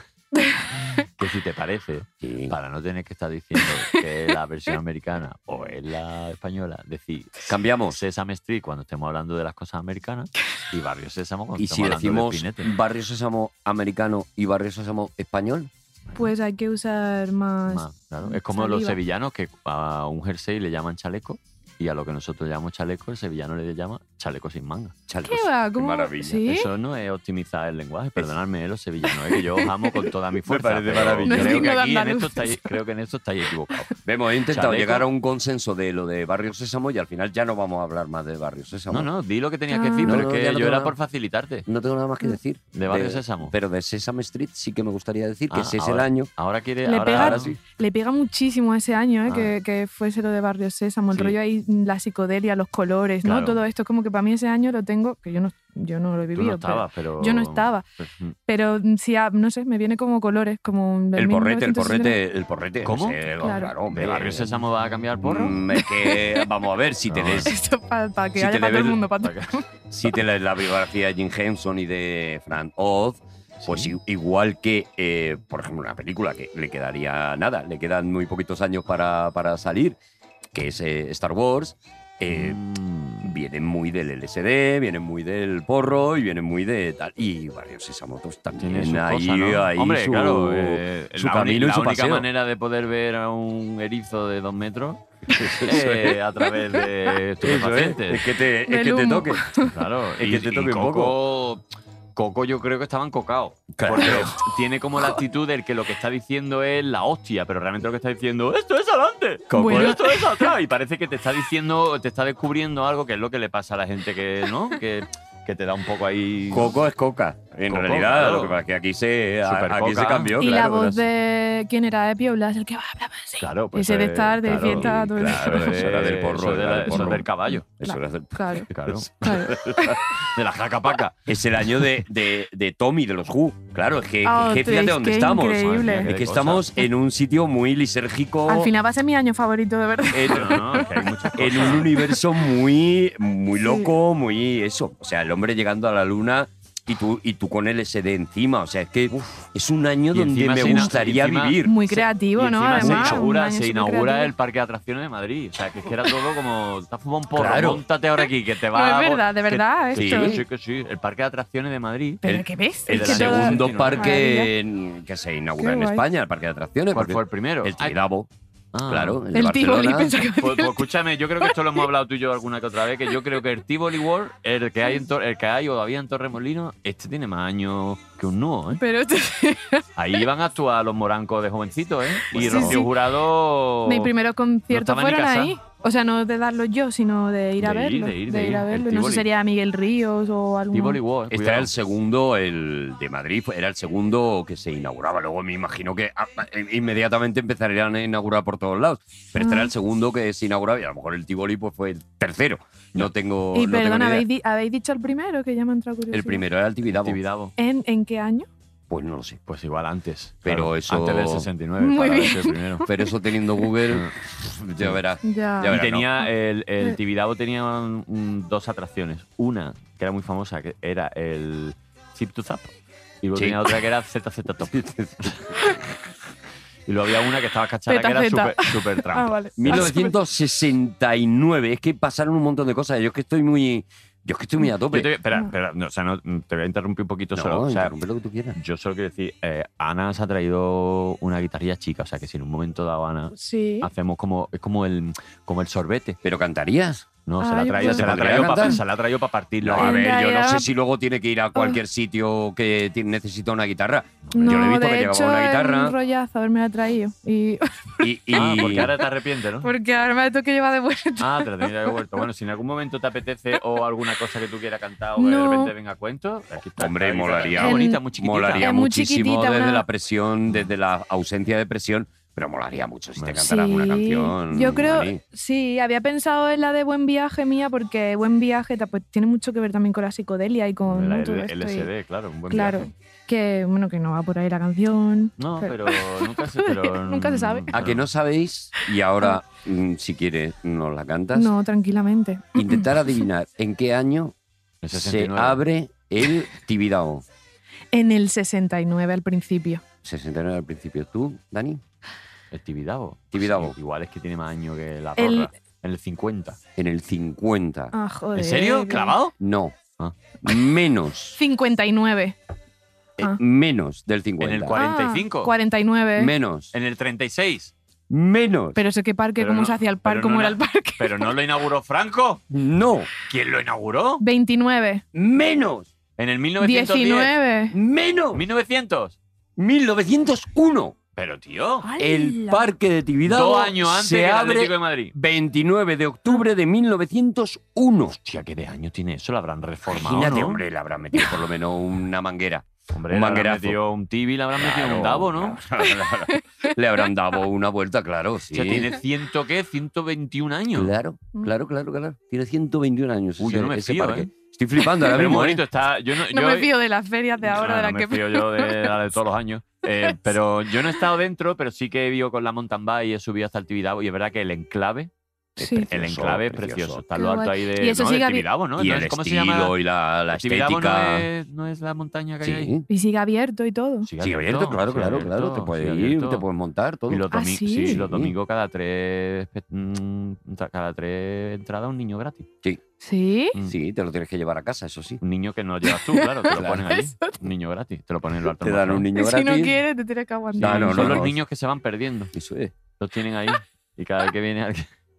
que si te parece, Sí. para no tener que estar diciendo que es la versión americana o es la española, decir Cambiamos. Sesame Street cuando estemos hablando de las cosas americanas y Barrio Sésamo cuando Y si estemos hablando decimos de Spinette. Barrio Sésamo americano y Barrio Sésamo español, Pues hay que usar más. Más, claro. Es como los saliva. sevillanos que a un jersey le llaman chaleco y a lo que nosotros llamamos chaleco, el sevillano le llama chaleco sin manga. chalecos. ¿Qué va? Qué ¿Cómo? maravilla. ¿Sí? Eso no es optimizar el lenguaje, perdonadme, eh, los sevillanos, eh, que yo os amo con toda mi fuerza. parece pero maravilloso. No Creo es que digno de aquí en esto andaluces. estáis, creo que en esto estáis equivocados. Vemos, he intentado Chaleco. llegar a un consenso de lo de Barrio Sésamo y al final ya no vamos a hablar más de Barrio Sésamo. No, no, di lo que tenías que Ah. decir, No, pero no, es ya que no yo tengo era nada. por facilitarte. No tengo nada más que decir. De Barrio Sésamo. Pero de Sesame Street sí que me gustaría decir que Ah, ese es ahora- el año. Ahora quiere. Le ahora, pega, ahora le pega muchísimo a ese año, ¿eh? Ah. que, que fuese lo de Barrio Sésamo, el Sí. rollo ahí, la psicodelia, los colores, ¿no? Claro. Todo esto, como que para mí ese año lo tengo, que yo no, yo no lo he Tú vivido. no estabas, pero. Yo no estaba. Pues, mm. Pero, pero sí, ah, no sé, me viene como colores, como del El porrete, el mil novecientos sesenta. porrete, el porrete. ¿Cómo? ese, Claro. claro, hombre. ¿De Barrio Sésamo va a cambiar porro? Mm, es que, vamos a ver, si te No, lees, Esto para que Si haya te para todo el lees- mundo. Para Para todo. si te lees la biografía de Jim Henson y de Frank Oz, pues Sí. i- igual que, eh, por ejemplo, una película que le quedaría nada, le quedan muy poquitos años para, para salir, que es eh, Star Wars, eh, Mm. vienen muy del L S D, vienen muy del porro y vienen muy de tal. Y Barrio Sésamo pues, también Tiene su ahí, cosa, ¿no? ahí Hombre, su, claro, eh, su la, camino uni- y su la única paseo. manera de poder ver a un erizo de dos metros Eso eh, es. a través de Eso es, estupefacientes. es que te, es Del que te humo. toque. Claro, Es y, que te y toque un Coco, Coco yo creo que estaban cocados. Claro. Porque tiene como la actitud del que lo que está diciendo es la hostia, pero realmente lo que está diciendo, esto es adelante, Coco. Bueno. esto es atrás. Y parece que te está diciendo, te está descubriendo algo que es lo que le pasa a la gente que, ¿no? Que, que te da un poco ahí... Coco es coca. En Coco, realidad, claro. lo que pasa es que aquí se, a- Super aquí coca. se cambió. Y claro, la voz pero- de... ¿Quién era? De Piola, es el que va a hablar así. Claro, pues Ese de eh, estar de claro, fiesta todo el claro, rato. eso era del porro, Eso, de era la- del eso porro. del caballo. Eso era del- Claro, Claro. claro. De la jaca paca. Es el año de, de, de Tommy, de los Who. Claro, es que, Ah, es que tú, fíjate es dónde que estamos. increíble. Madre mía, Es que qué estamos en un sitio muy lisérgico. Al final va a ser mi año favorito, de verdad. en, No, no, es que hay muchas en cosas. un universo muy, muy Sí. loco, muy eso. O sea, el hombre llegando a la luna y tú, y tú con el L S D encima. O sea, es que es un año Y donde encima me se ina- gustaría encima- vivir. Muy Se- creativo, y ¿no? encima Además, se un inaugura, año se súper inaugura creativo. el parque de atracciones de Madrid. O sea, que es que era todo como, te has fumado un porro, Claro. móntate ahora aquí, que te No, va es a- verdad, de que- verdad, Sí, esto. que sí, que sí. El parque de atracciones de Madrid. ¿Pero El- qué ves? el El Es que todo- segundo Maravilla. parque en- que se inaugura Qué en guay. España, el parque de atracciones. ¿Cuál porque fue el primero? El Ah, Tibidabo, ah. claro. El, de El Tivoli, Barcelona. pensaba que Pues, pues escúchame, yo creo que esto lo hemos hablado tú y yo alguna que otra vez, que yo creo que el Tivoli World, el que hay en Tor- el que hay o había en Torremolinos, este tiene más años que un nuevo, ¿eh? Pero Ahí iban a actuar los morancos de jovencitos, ¿eh? Y Sí, Rocío sí. Jurado... mis primeros conciertos estaba ni fueron casado. ahí. O sea, no de darlos yo, sino de ir a De ir, verlo. de ir, de ir. a El verlo. No sé Tivoli. si sería Miguel Ríos o algún. Tivoli World, Este cuidado. era el segundo, el de Madrid, fue- era el segundo que se inauguraba. Luego me imagino que ah, ah, inmediatamente empezarían a inaugurar por todos lados. Pero este Ah. era el segundo que se inauguraba y a lo mejor el Tivoli pues, fue el tercero. No tengo. Y no tengo perdón, ni idea. ¿habéis, di- habéis dicho el primero? Que ya me ha entrado curiosidad. El primero era el Tibidabo. Tibidabo. ¿En, ¿En qué año? Pues no lo sé. Pues igual antes. Pero claro, eso- Antes del sesenta y nueve. Muy para bien. ser el primero. Pero eso teniendo Google, ya verás. Ya. Ya Y verás, tenía el, el Eh. Tibidabo tenía un- un- dos atracciones. Una, que era muy famosa, que era el Zip to Zap. Y luego Sí. tenía otra que era Z Z Top. Y luego había una que estaba cachada, que Zeta, era zeta. súper super trampa. Ah, vale. mil novecientos sesenta y nueve. Es que pasaron un montón de cosas. Yo es que estoy muy. Yo es que estoy muy a tope. Yo te, espera, espera, no, o sea, no, te voy a interrumpir un poquito no, solo. O sea, interrumpe lo que tú quieras. yo solo quiero decir, eh, Ana se ha traído una guitarrilla chica, o sea que si en un momento dado Ana Sí. hacemos como es como el como el sorbete, ¿Pero cantarías? no, se Ay, la ha traído, pues- se la ha ¿Podría traído para cantar? se la ha traído para partirlo. No, a En ver, yo no realidad- sé si luego tiene que ir a cualquier sitio que ti- necesita una guitarra. No, yo le he visto de que hecho, llevaba una es guitarra un rollazo haberme la traído. Y y, y- Ah, porque ahora te arrepientes, ¿no? porque ahora me la tengo que llevar de vuelta. Ah, te la tenías que haber vuelto. Bueno, si en algún momento te apetece o alguna cosa que tú quieras cantar o que de No. repente venga a cuento, aquí está. Hombre, esta guitarra. molaría. Muy bonita, En- muy chiquitita. molaría Es muy muchísimo chiquitita, desde una- la presión, desde la ausencia de presión, pero molaría mucho si te Sí. cantaras una canción. Yo creo, Mari. sí, había pensado en la de Buen Viaje mía, porque Buen Viaje ta- pues, tiene mucho que ver también con la psicodelia y con La ¿no? todo L- esto. y- LSD, claro, un buen claro, viaje. que bueno, que no va por ahí la canción. No, pero- pero nunca se, pero, Nunca se sabe. A que no sabéis, y ahora, mm, si quieres, nos la cantas. No, tranquilamente. Intentar adivinar en qué año El se sesenta y nueve. abre el Tibidabo. En el sesenta y nueve al principio. sesenta y nueve al principio. ¿Tú, Dani? El Tibidabo. Tibidabo. Sí, igual es que tiene más años que la El- Rorra. En el cincuenta. En el cincuenta. Ah, joder. ¿En serio? ¿Clavado? No. Ah. Menos. cincuenta y nueve. Eh, Ah. menos del cincuenta. En el cuarenta y cinco. Ah, cuarenta y nueve. Menos. En el treinta y seis. Menos. Pero sé qué parque, Pero cómo no- se hacía el parque, pero cómo no era na- el parque. Pero no lo inauguró Franco. No. ¿Quién lo inauguró? veintinueve. Menos. En el mil novecientos diez. diecinueve. Menos. mil novecientos. mil novecientos uno. Pero, tío, El ¡Hala! parque de Tibidabo dos años antes se que el abre Atlético de Madrid. veintinueve de octubre de mil novecientos uno. Hostia, ¿qué de años tiene eso? Lo habrán reformado, Imagínate, ¿no? hombre, le habrán metido por lo menos una manguera. Hombre, un le habrán manguerazo. metido un tibi, le habrán metido un Claro, dabo, ¿no? claro, claro. Le habrán dado una vuelta, claro, sí. O sea, tiene ciento, ¿qué? ciento veintiún años. Claro, claro, claro, claro. Tiene ciento veintiún años. Uy, ese, yo no me ese fío, parque. ¿eh? Estoy flipando ahora Pero mismo. muy ¿eh? bonito está. Yo no, No yo me he- fío de las ferias de ahora, No, de no la me que fío yo de la de todos los años. Eh, pero yo no he estado dentro, pero sí que he ido con la mountain bike y he subido hasta el Tibidabo. Y es verdad que el enclave, Sí. el Precioso, enclave es precioso. precioso. Está Qué lo alto guay. ahí de, Y eso no, sigue del habi- Tibidabo, ¿no? Y ¿No el es- ¿Cómo se llama? estilo y la, la El Tibidabo no estética. es, no es la montaña que hay ahí. Sí. Y sigue abierto y todo. Sigue Sigue abierto, claro, sigue claro, abierto, claro. Te puedes sigue ir, abierto. te puedes montar, todo. Y los, ¿Ah, domi- sí? sí, los Sí. domingos cada tres, mm, cada tres entradas un niño gratis. ¿Sí? Mm. Sí, te lo tienes que llevar a casa, eso sí. Un niño que no llevas tú, claro, te lo Claro. ponen allí. Eso. Un niño gratis, te lo ponen en lo alto. Te dan un niño Si gratis. no quieres, te tienes que aguantar. No, no, Son no, los no. niños que se van perdiendo. Eso es. Los tienen ahí. Y cada vez que viene alguien.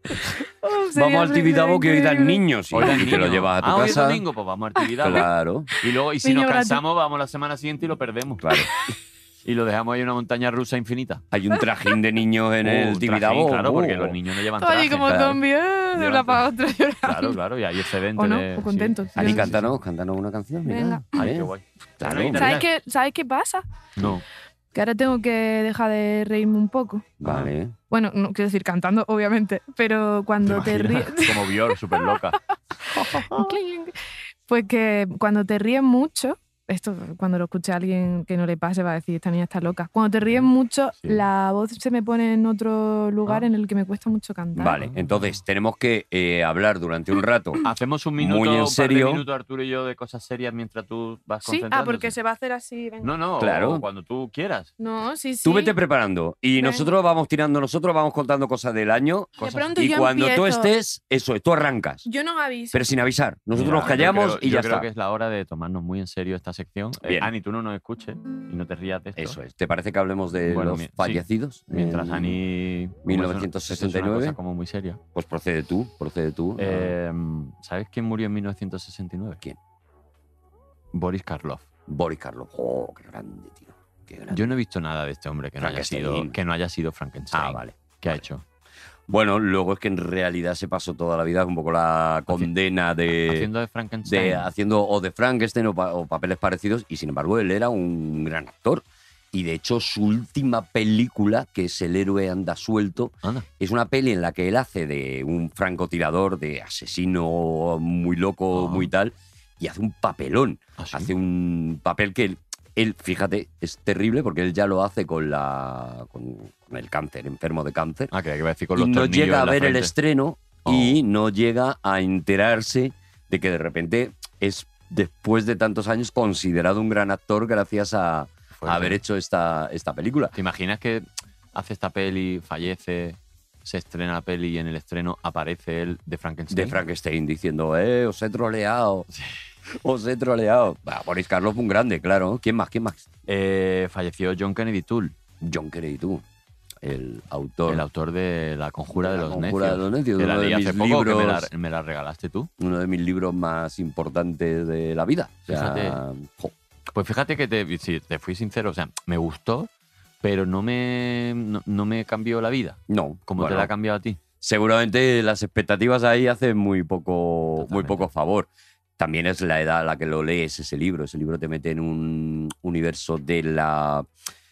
Oh, sería Vamos al Tibidabo que hoy dan increíble. niños y, Hoy dan y te lo niños. llevas a tu ah, hoy es casa. domingo, pues vamos al Tibidabo. Claro, Y luego, y si Niño nos gratis. cansamos, vamos la semana siguiente y lo perdemos. claro. Y lo dejamos ahí en una montaña rusa infinita. Hay un trajín de niños en Uh, el un Tibidabo. trajín, claro, porque uh. los niños no llevan Todo allí traje. como claro. zombie, eh, de una Llevan- para otra llorando. Claro, claro, y hay excedente O no, de... o contentos. Sí. Ani, Sí, sí, cántanos, cántanos una canción. mira. Venga. Ay, ¿Eh? qué guay. Claro. Bueno, ¿Sabes mira. qué, ¿Sabes qué pasa? No. Que ahora tengo que dejar de reírme un poco. Vale. Bueno, no quiero decir cantando, obviamente, pero cuando te, ríes... Como Björk, súper loca. Pues que cuando te ríes mucho, esto cuando lo escuche a alguien que no le pase va a decir, esta niña está loca. Cuando te ríes mucho, Sí. la voz se me pone en otro lugar Ah. en el que me cuesta mucho cantar. Vale, entonces tenemos que eh, hablar durante un rato. Hacemos un minuto, Muy en un par de serio. minutos, Arturo y yo, de cosas serias mientras tú vas Sí, ah, concentrándote. porque se va a hacer así. Venga. No, no, Claro. o cuando tú quieras. No, sí, sí. Tú vete preparando y Venga. nosotros vamos tirando, nosotros vamos contando cosas del año De cosas- pronto y yo cuando tú empiezo. estés, eso, tú arrancas, Yo no aviso. pero sin avisar. Nosotros Mira, nos callamos yo creo- y yo ya creo está. que es la hora de tomarnos muy en serio esta sección. Eh, Bien. Ani, tú no nos escuches y no te rías de esto. Eso es. ¿Te parece que hablemos de Bueno, los mi- sí. fallecidos? Mientras En- Ani... como mil es una- novecientos eso sesenta y Es una nueve. cosa como muy seria. Pues procede tú, procede tú. Eh, ¿Sabes quién murió en mil novecientos sesenta y nueve? ¿Quién? Boris Karloff. Boris Karloff. Oh, qué grande, tío. Qué grande. Yo no he visto nada de este hombre que no haya Frankenstein. sido, que no haya sido Frankenstein. Ah, vale. ¿Qué ha hecho? Bueno, luego es que en realidad se pasó toda la vida un poco la condena de... Haciendo de Frankenstein. de haciendo o de Frankenstein o, pa- o papeles parecidos y sin embargo él era un gran actor y de hecho su última película, que es El héroe anda suelto, Anda. es una peli en la que él hace de un francotirador, de asesino muy loco, Ah. muy tal, y hace un papelón, ¿Ah, sí? hace un papel que él, él, fíjate, es terrible porque él ya lo hace con la con, con el cáncer, enfermo de cáncer, Ah, que iba a decir con y los no tornillos llega a en la ver el frente. estreno y no llega a enterarse de que de repente es, después de tantos años, considerado un gran actor gracias a, a Fuerte. haber hecho esta, esta película. ¿Te imaginas que hace esta peli, fallece, se estrena la peli y en el estreno aparece él de Frankenstein? De Frankenstein diciendo, eh, os he troleado, os he troleado. Bah, Boris Karloff, un grande, claro. ¿Quién más? ¿Quién más? Eh, falleció John Kennedy Toole, John Kennedy, tú, el autor, el autor de La Conjura de, La los Conjura Necios. de los Necios, que la uno de leí hace mis poco, que me la, libros- me la regalaste tú. uno de mis libros más importantes de la vida. O sea, Fíjate. jo, Pues fíjate que te, si te fui sincero, o sea, me gustó, pero no me, no, no me cambió la vida, no, como bueno, te la ha cambiado a ti. seguramente las expectativas ahí hacen muy poco, muy Totalmente. poco favor. También es la edad a la que lo lees ese libro. Ese libro te mete en un universo de la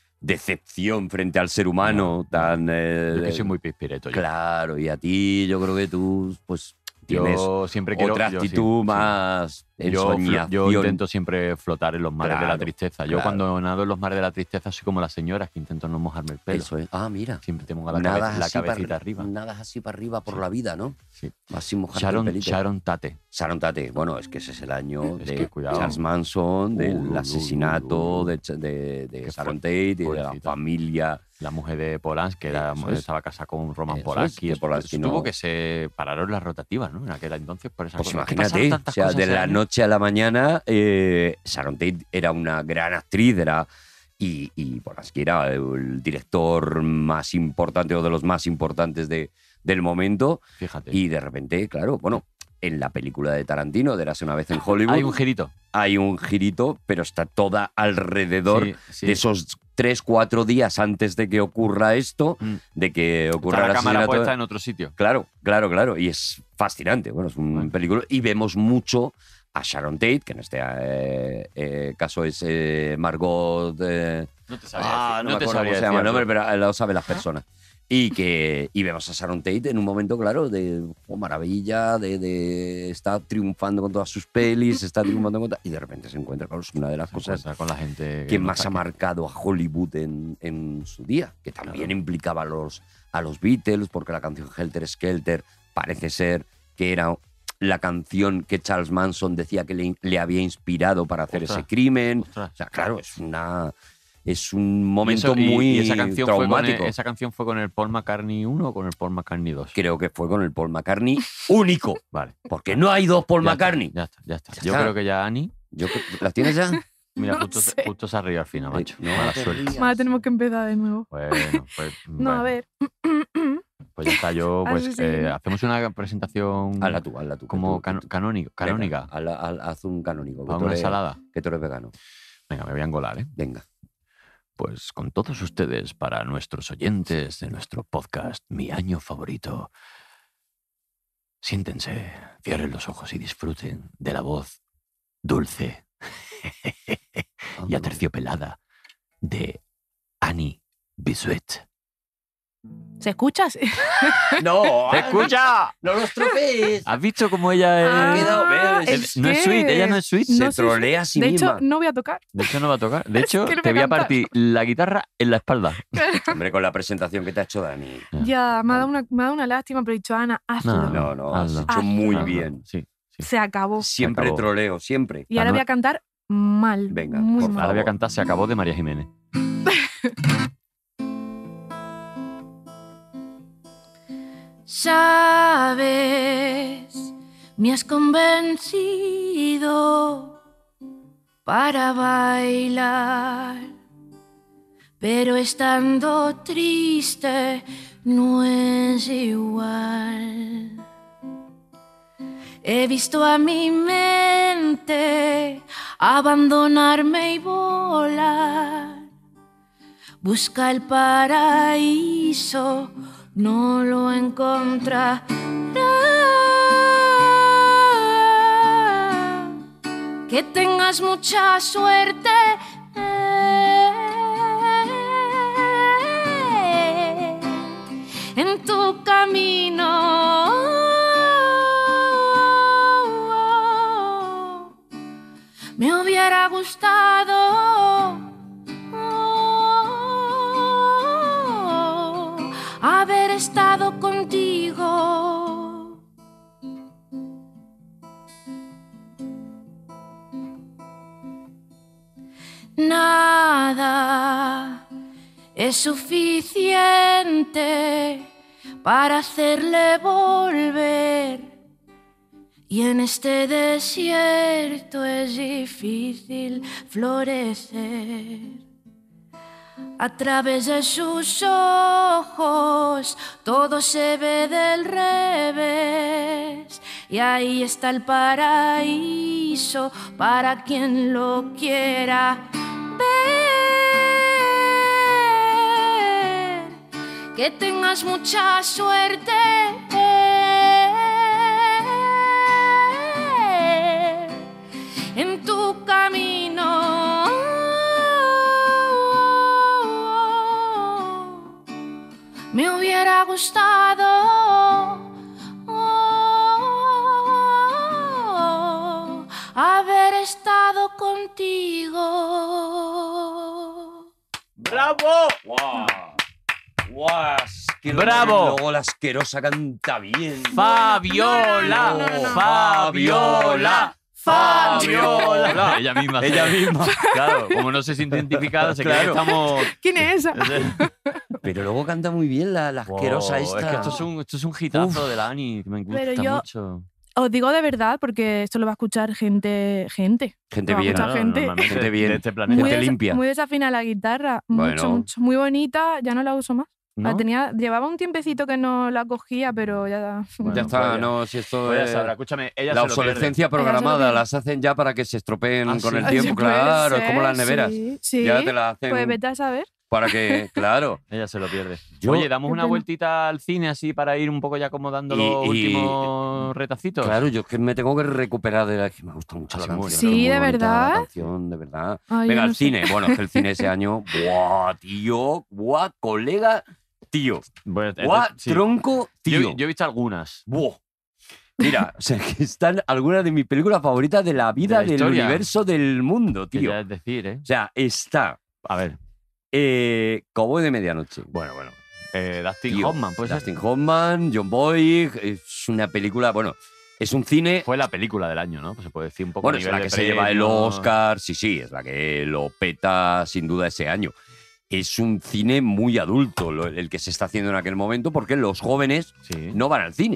decepción frente al ser humano tan... eh, Yo que soy muy pispireto. yo. claro, y a ti yo creo que tú pues tienes Yo siempre quiero... otra yo sí, actitud sí. más Yo, flo- ensoñación. yo intento siempre flotar en los mares de la Claro, tristeza. Yo claro. cuando nado en los mares de la tristeza soy como las señoras que intento no mojarme el pelo. Eso es. Ah, mira. Siempre tengo la, Nadas cabeza, la así para cabecita arri- arriba. Nadas así para arriba por Sí. la vida, ¿no? Sí. Vas sin mojarte Sharon, el pelito. Sharon Tate. Sharon Tate. Bueno, es que ese es el año Es de que, cuidado. Charles Manson, del Uh, uh, uh, asesinato uh, uh. de, Ch- de, de Qué Sharon fuerte. Tate y de la Pobrecita. familia. La mujer de Polanski, que era, Eso es. estaba casada con Roman Eso es, Polanski. que Eso- Polanski eso no- tuvo que se pararon las rotativas, ¿no? En aquel entonces, por esa Pues cosa. Es que imagínate, pasaron o tantas sea, cosas de ese la año. noche a la mañana, eh, Sharon Tate era una gran actriz, era y, y Polanski era el director más importante o de los más importantes de, del momento. Fíjate. Y de repente, claro, bueno, en la película de Tarantino, de Érase una vez en Hollywood, Hay un girito. hay un girito, pero está toda alrededor Sí, sí. de esos tres, cuatro días antes de que ocurra esto, Mm. de que ocurra Está el la cámara asesinato. puesta en otro sitio. Claro, claro, claro. Y es fascinante. Bueno, es un Bueno. película. Y vemos mucho a Sharon Tate, que en este eh, eh, caso es eh, Margot. eh, No te sabría ah, decir, no, no me te acuerdo sabría cómo se llama el decir, nombre, pero lo saben las personas. Y que y vemos a Sharon Tate en un momento, claro, de oh, maravilla, de, de está triunfando con todas sus pelis, está triunfando con... Y de repente se encuentra, claro, es una de las Se cosas encuentra con la gente que no más está ha aquí. marcado a Hollywood en, en su día, que también Claro. implicaba a los, a los Beatles, porque la canción Helter Skelter parece ser que era la canción que Charles Manson decía que le, le había inspirado para hacer Ostras, ese crimen. ostras. O sea, claro, es una es un Y momento eso- y- muy y esa canción fue con el- traumático. ¿Esa canción fue con el Paul McCartney uno o con el Paul McCartney dos? Creo que fue con el Paul McCartney único, Vale. porque no hay dos Paul Ya está, McCartney. Ya está, ya está. Ya Yo está. creo que ya Ani, Yo, ¿las tienes ya? mira, No justo, sé. justo se ha reído al final, macho. No Mala te suerte. rías. Vale, tenemos que empezar de nuevo. Bueno, pues. No, bueno. a ver. Pues Pues ya está, yo, pues Así sí. eh, hacemos una presentación Hazla tú, hazla tú. que como tú- cano- que tú- canónico, Venga, canónica. hazla- haz, haz un canónico. Que Para tú una eres- ensalada. Que tú eres vegano. Venga, me voy a engolar, ¿eh? Venga. Pues con todos ustedes, para nuestros oyentes de nuestro podcast, mi año favorito. Siéntense, cierren los ojos y disfruten de la voz dulce y aterciopelada de Annie Bisuet. ¿Se escucha? ¡No! ¡Se escucha! ¡No los tropees! ¿Has visto cómo ella es? Ah, quedado, ¿ves? Es- no es sweet, ella no es sweet. no Se soy sweet. trolea a sí De misma. hecho, no voy a tocar. De hecho, no va a tocar. De hecho, que no te me voy a canta. partir la guitarra en la espalda. Hombre, con la presentación que te ha hecho Dani. Ya, me ha dado una, me ha dado una lástima, pero he dicho, Ana, hazlo. No, no, has hazlo. hecho muy Hazlo. bien. Sí, sí. Se acabó. Siempre acabó. troleo, siempre. Y ahora Ah, no. voy a cantar mal. Venga, muy por mal. Ahora voy a cantar Se acabó de María Jiménez. Sabes, me has convencido para bailar, pero estando triste no es igual. He visto a mi mente abandonarme y volar. Busca el paraíso, no lo encontrará. Que tengas mucha suerte. En tu camino me hubiera gustado haber estado contigo. Nada es suficiente para hacerle volver. Y en este desierto es difícil florecer. A través de sus ojos todo se ve del revés. Y ahí está el paraíso para quien lo quiera ver. Que tengas mucha suerte. En tu camino me hubiera gustado haber estado contigo. ¡Bravo! ¡Guau! ¡Guau! Es que ¡Bravo! Luego la asquerosa canta bien. ¡Fabiola! No, no, no, no. ¡Fabiola! ¡Fabiola! Ella misma. Ella se- misma. Claro, como no se siente identificada, se cree que Claro. estamos... ¿Quién es esa? Pero luego canta muy bien la, la asquerosa Wow, esta. Es que esto es un, esto es un hitazo de la Ani, que me gusta Pero yo- mucho. Os digo de verdad, porque esto lo va a escuchar gente. Gente. Gente Lo va a bien. escuchar gente. normalmente Gente bien. de este planeta. Gente des- limpia. muy desafina la guitarra. Bueno. Mucho, mucho. Muy bonita. Ya no la uso más. La ¿No? tenía, llevaba un tiempecito que no la cogía, pero ya. Bueno, ya está, pues ya. no, si esto Pues ya es... sabrá, escúchame, ella La se lo pierde. obsolescencia Ella se lo programada pierde. las hacen ya para que se estropeen Ah, con sí. el Ay, tiempo, puede claro, es como ser, las neveras. Sí, sí. Ya te la hacen Pues vete a saber. para que, claro. Ella se lo pierde. Yo- Oye, damos Qué una pena. vueltita al cine así para ir un poco ya acomodando Y- los y- últimos retacitos. Claro, yo es que me tengo que recuperar de la que me gusta mucho Ah, la sí, muy canción. Sí, es muy ¿de bonita verdad? La canción, de verdad. Ay, Venga, yo al no sé. cine. Bueno, es que el cine ese año, ¡buah, tío! ¡Buah, colega! Tío. Bueno, ¡Buah, entonces, sí. tronco! Tío. Yo, yo he visto algunas. ¡Buah! Mira, o sea, que están algunas de mis películas favoritas de la vida, De la del historia. universo, del mundo, Que tío. ya es decir, ¿eh? O sea, está A ver, eh, Cowboy de Medianoche. bueno, bueno. Eh, Dustin Tío, Hoffman, pues Dustin Hoffman, John Boyd, es una película, bueno, es un cine... fue la película del año, ¿no? Pues se puede decir un poco Bueno, a es nivel la de que se lleva el premios. Oscar, sí, sí, es la que lo peta sin duda ese año. Es un cine muy adulto lo- el que se está haciendo en aquel momento porque los jóvenes Sí. no van al cine.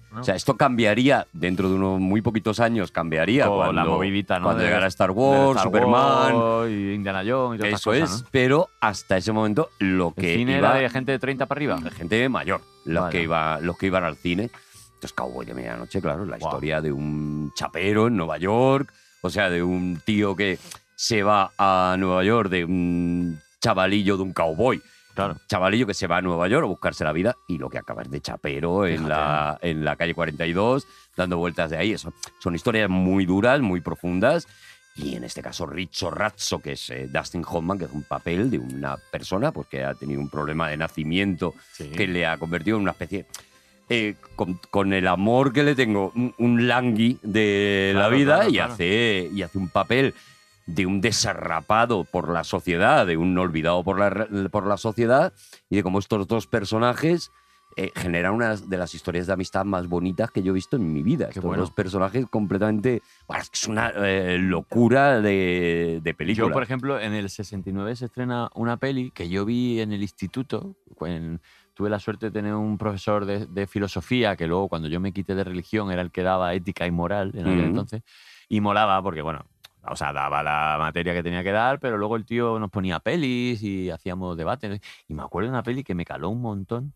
¿no? O sea, esto cambiaría dentro de unos muy poquitos años, cambiaría Con cuando, la movidita, ¿no? cuando de, llegara Star de Wars, Star Superman. Wars y Indiana Jones y todas Eso estas cosas, es, ¿no? pero hasta ese momento lo El que cine iba, era de gente de treinta para arriba. de gente mayor, los, Vale. que iba, los que iban al cine. Entonces, Cowboy de Medianoche, claro, la Wow. historia de un chapero en Nueva York, o sea, de un tío que se va a Nueva York, de un chavalillo de un cowboy. Claro. Chavalillo que se va a Nueva York a buscarse la vida y lo que acaba es de chapero en Fíjate. la, en la calle cuarenta y dos, dando vueltas de ahí. Eso, son historias muy duras, muy profundas. Y en este caso, Richo Razzo, que es eh, Dustin Hoffman, que es un papel de una persona pues, que ha tenido un problema de nacimiento Sí. que le ha convertido en una especie. Eh, con, con el amor que le tengo, un, un langui de Claro, la vida claro, y, claro. Hace, y hace un papel de un desarrapado por la sociedad, de un olvidado por la, re- por la sociedad, y de cómo estos dos personajes eh, generan una de las historias de amistad más bonitas que yo he visto en mi vida. Qué Estos bueno. dos personajes completamente... Bueno, es que es una eh, locura de, de película. Yo, por ejemplo, en el sesenta y nueve se estrena una peli que yo vi en el instituto. En- tuve la suerte de tener un profesor de, de filosofía que luego, cuando yo me quité de religión, era el que daba ética y moral en aquel Ujú. entonces. Y molaba porque, bueno, o sea, daba la materia que tenía que dar, pero luego el tío nos ponía pelis y hacíamos debates. Y me acuerdo de una peli que me caló un montón,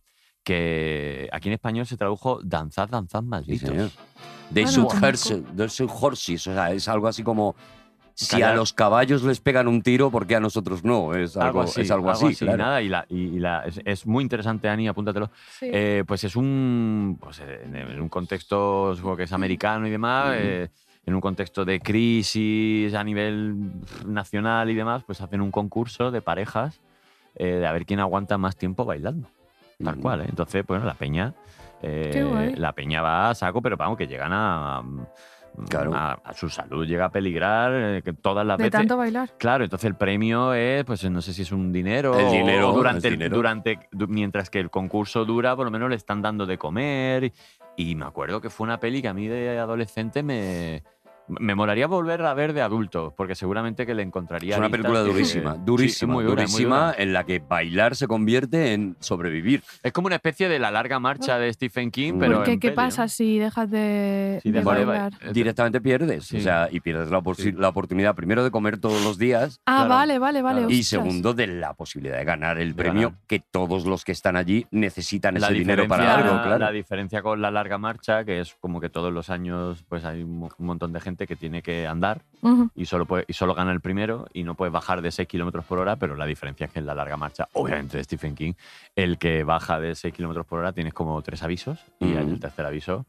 que aquí en español se tradujo Danzad, danzad, Sí, malditos. señor. They Ah, no, should conozco. horse- they should horses. O sea, es algo así como... Si Callar. a los caballos les pegan un tiro, ¿por qué a nosotros no? Es algo, es algo así, claro. Nada, y, la, y, y la- es, es muy interesante, Ani, apúntatelo. Sí. Eh, pues es un, pues en, en un contexto, supongo que es americano y demás, Ujú. eh, en un contexto de crisis a nivel nacional y demás, pues hacen un concurso de parejas eh, de a ver quién aguanta más tiempo bailando. Tal Ujú. cual, ¿eh? Entonces, bueno, la peña, eh, Qué guay. la peña va a saco, pero vamos, que llegan a, a- Claro. a, a su salud, llega a peligrar, eh, que todas las de veces. tanto bailar. Claro, entonces el premio es, pues no sé si es un dinero. El o- dinero, o durante, el el- dinero. durante du- mientras que el concurso dura, por lo menos le están dando de comer. Y, y me acuerdo que fue una peli que a mí de adolescente me, me molaría volver a ver de adulto, porque seguramente que le encontraría. Es una aristas película que- durísima, Sí, durísima, muy dura, muy durísima, dura. en la que bailar se convierte en sobrevivir. Es como una especie de La larga marcha de Stephen King, pero Porque, en ¿qué peli, pasa ¿no? si dejas de, Si de dejas de bailar? ba- Directamente pierdes, Sí. o sea, y pierdes la, opor- Sí. la oportunidad primero de comer todos los días Ah, Claro, vale, vale, vale. claro. y ostras. segundo de la posibilidad de ganar el De premio ganar. que todos los que están allí necesitan La ese dinero para diferencia- algo, claro. La diferencia con la larga marcha, que es como que todos los años pues hay un mo- un montón de gente que tiene que andar Ujú. y solo, puede, y solo gana el primero y no puedes bajar de seis kilómetros por hora, pero la diferencia es que en la larga marcha, obviamente de Stephen King, el que baja de seis kilómetros por hora tienes como tres avisos y Ujú. el tercer aviso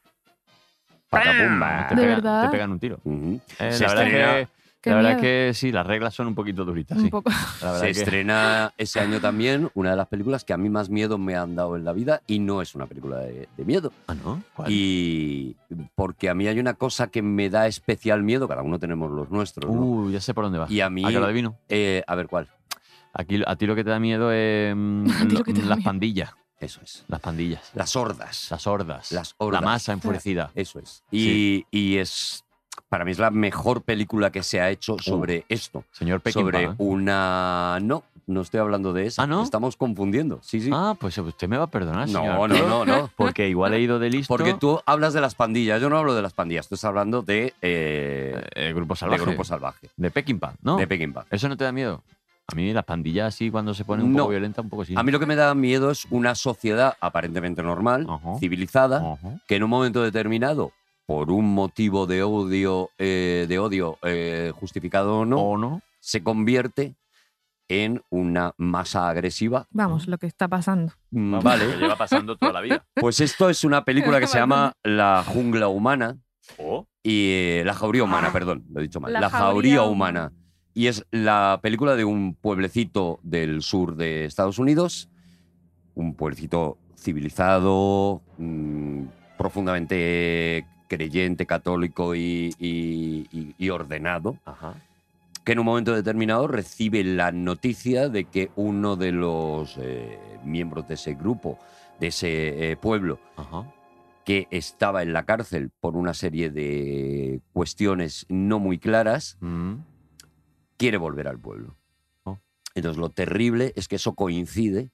Patapumba. te, ¿De pega- verdad? te pegan un tiro. Ujú. Eh, Se la verdad, estrena- es que, Qué la verdad es miedo. que sí, las reglas son un poquito duritas. Un sí. poco. La verdad Se es que- estrena ese año también una de las películas que a mí más miedo me han dado en la vida y no es una película de, de miedo. Ah, ¿no? ¿Cuál? Y porque a mí hay una cosa que me da especial miedo, cada uno tenemos los nuestros, ¿no? Uh, ya sé por dónde va. Y a mí- ¿A que lo adivino? Eh, a ver cuál. Aquí, a ti lo que te da miedo es mm, A ti lo que te da las miedo. pandillas. Eso es. Las pandillas. Las hordas. Las hordas. Las hordas. La masa enfurecida. Eso es. Y, y es. Para mí es la mejor película que se ha hecho sobre esto. Señor Peckinpah. Sobre ¿eh? una. No, no estoy hablando de esa. ¿Ah, no? Estamos confundiendo. Sí, sí. Ah, pues usted me va a perdonar, no, señor. no, no, no. Porque igual he ido de listo. Porque tú hablas de las pandillas. Yo no hablo de las pandillas. Tú estás hablando de. eh, Eh, el grupo salvaje. de Grupo Salvaje. De Peckinpah, ¿no? De Peckinpah. ¿Eso no te da miedo? A mí las pandillas así cuando se ponen un No. poco violentas, un poco sí. A mí lo que me da miedo es una sociedad aparentemente normal, Ajá. civilizada, Ajá. que en un momento determinado, por un motivo de odio, eh, de odio eh, justificado o no, ¿O no? se convierte en una masa agresiva. Vamos, lo que está pasando. Mm, Vamos, Vale, que lleva pasando toda la vida. pues esto es una película que se llama La jungla humana ¿O? y eh, La jauría humana, perdón, lo he dicho mal. La La, jauría jauría humana. humana. Y es la película de un pueblecito del sur de Estados Unidos, un pueblecito civilizado, mm, profundamente creyente, católico y, y- y- y ordenado, Ajá. que en un momento determinado recibe la noticia de que uno de los eh, miembros de ese grupo, de ese eh, pueblo, Ajá. que estaba en la cárcel por una serie de cuestiones no muy claras, Mm. quiere volver al pueblo. Oh. Entonces lo terrible es que eso coincide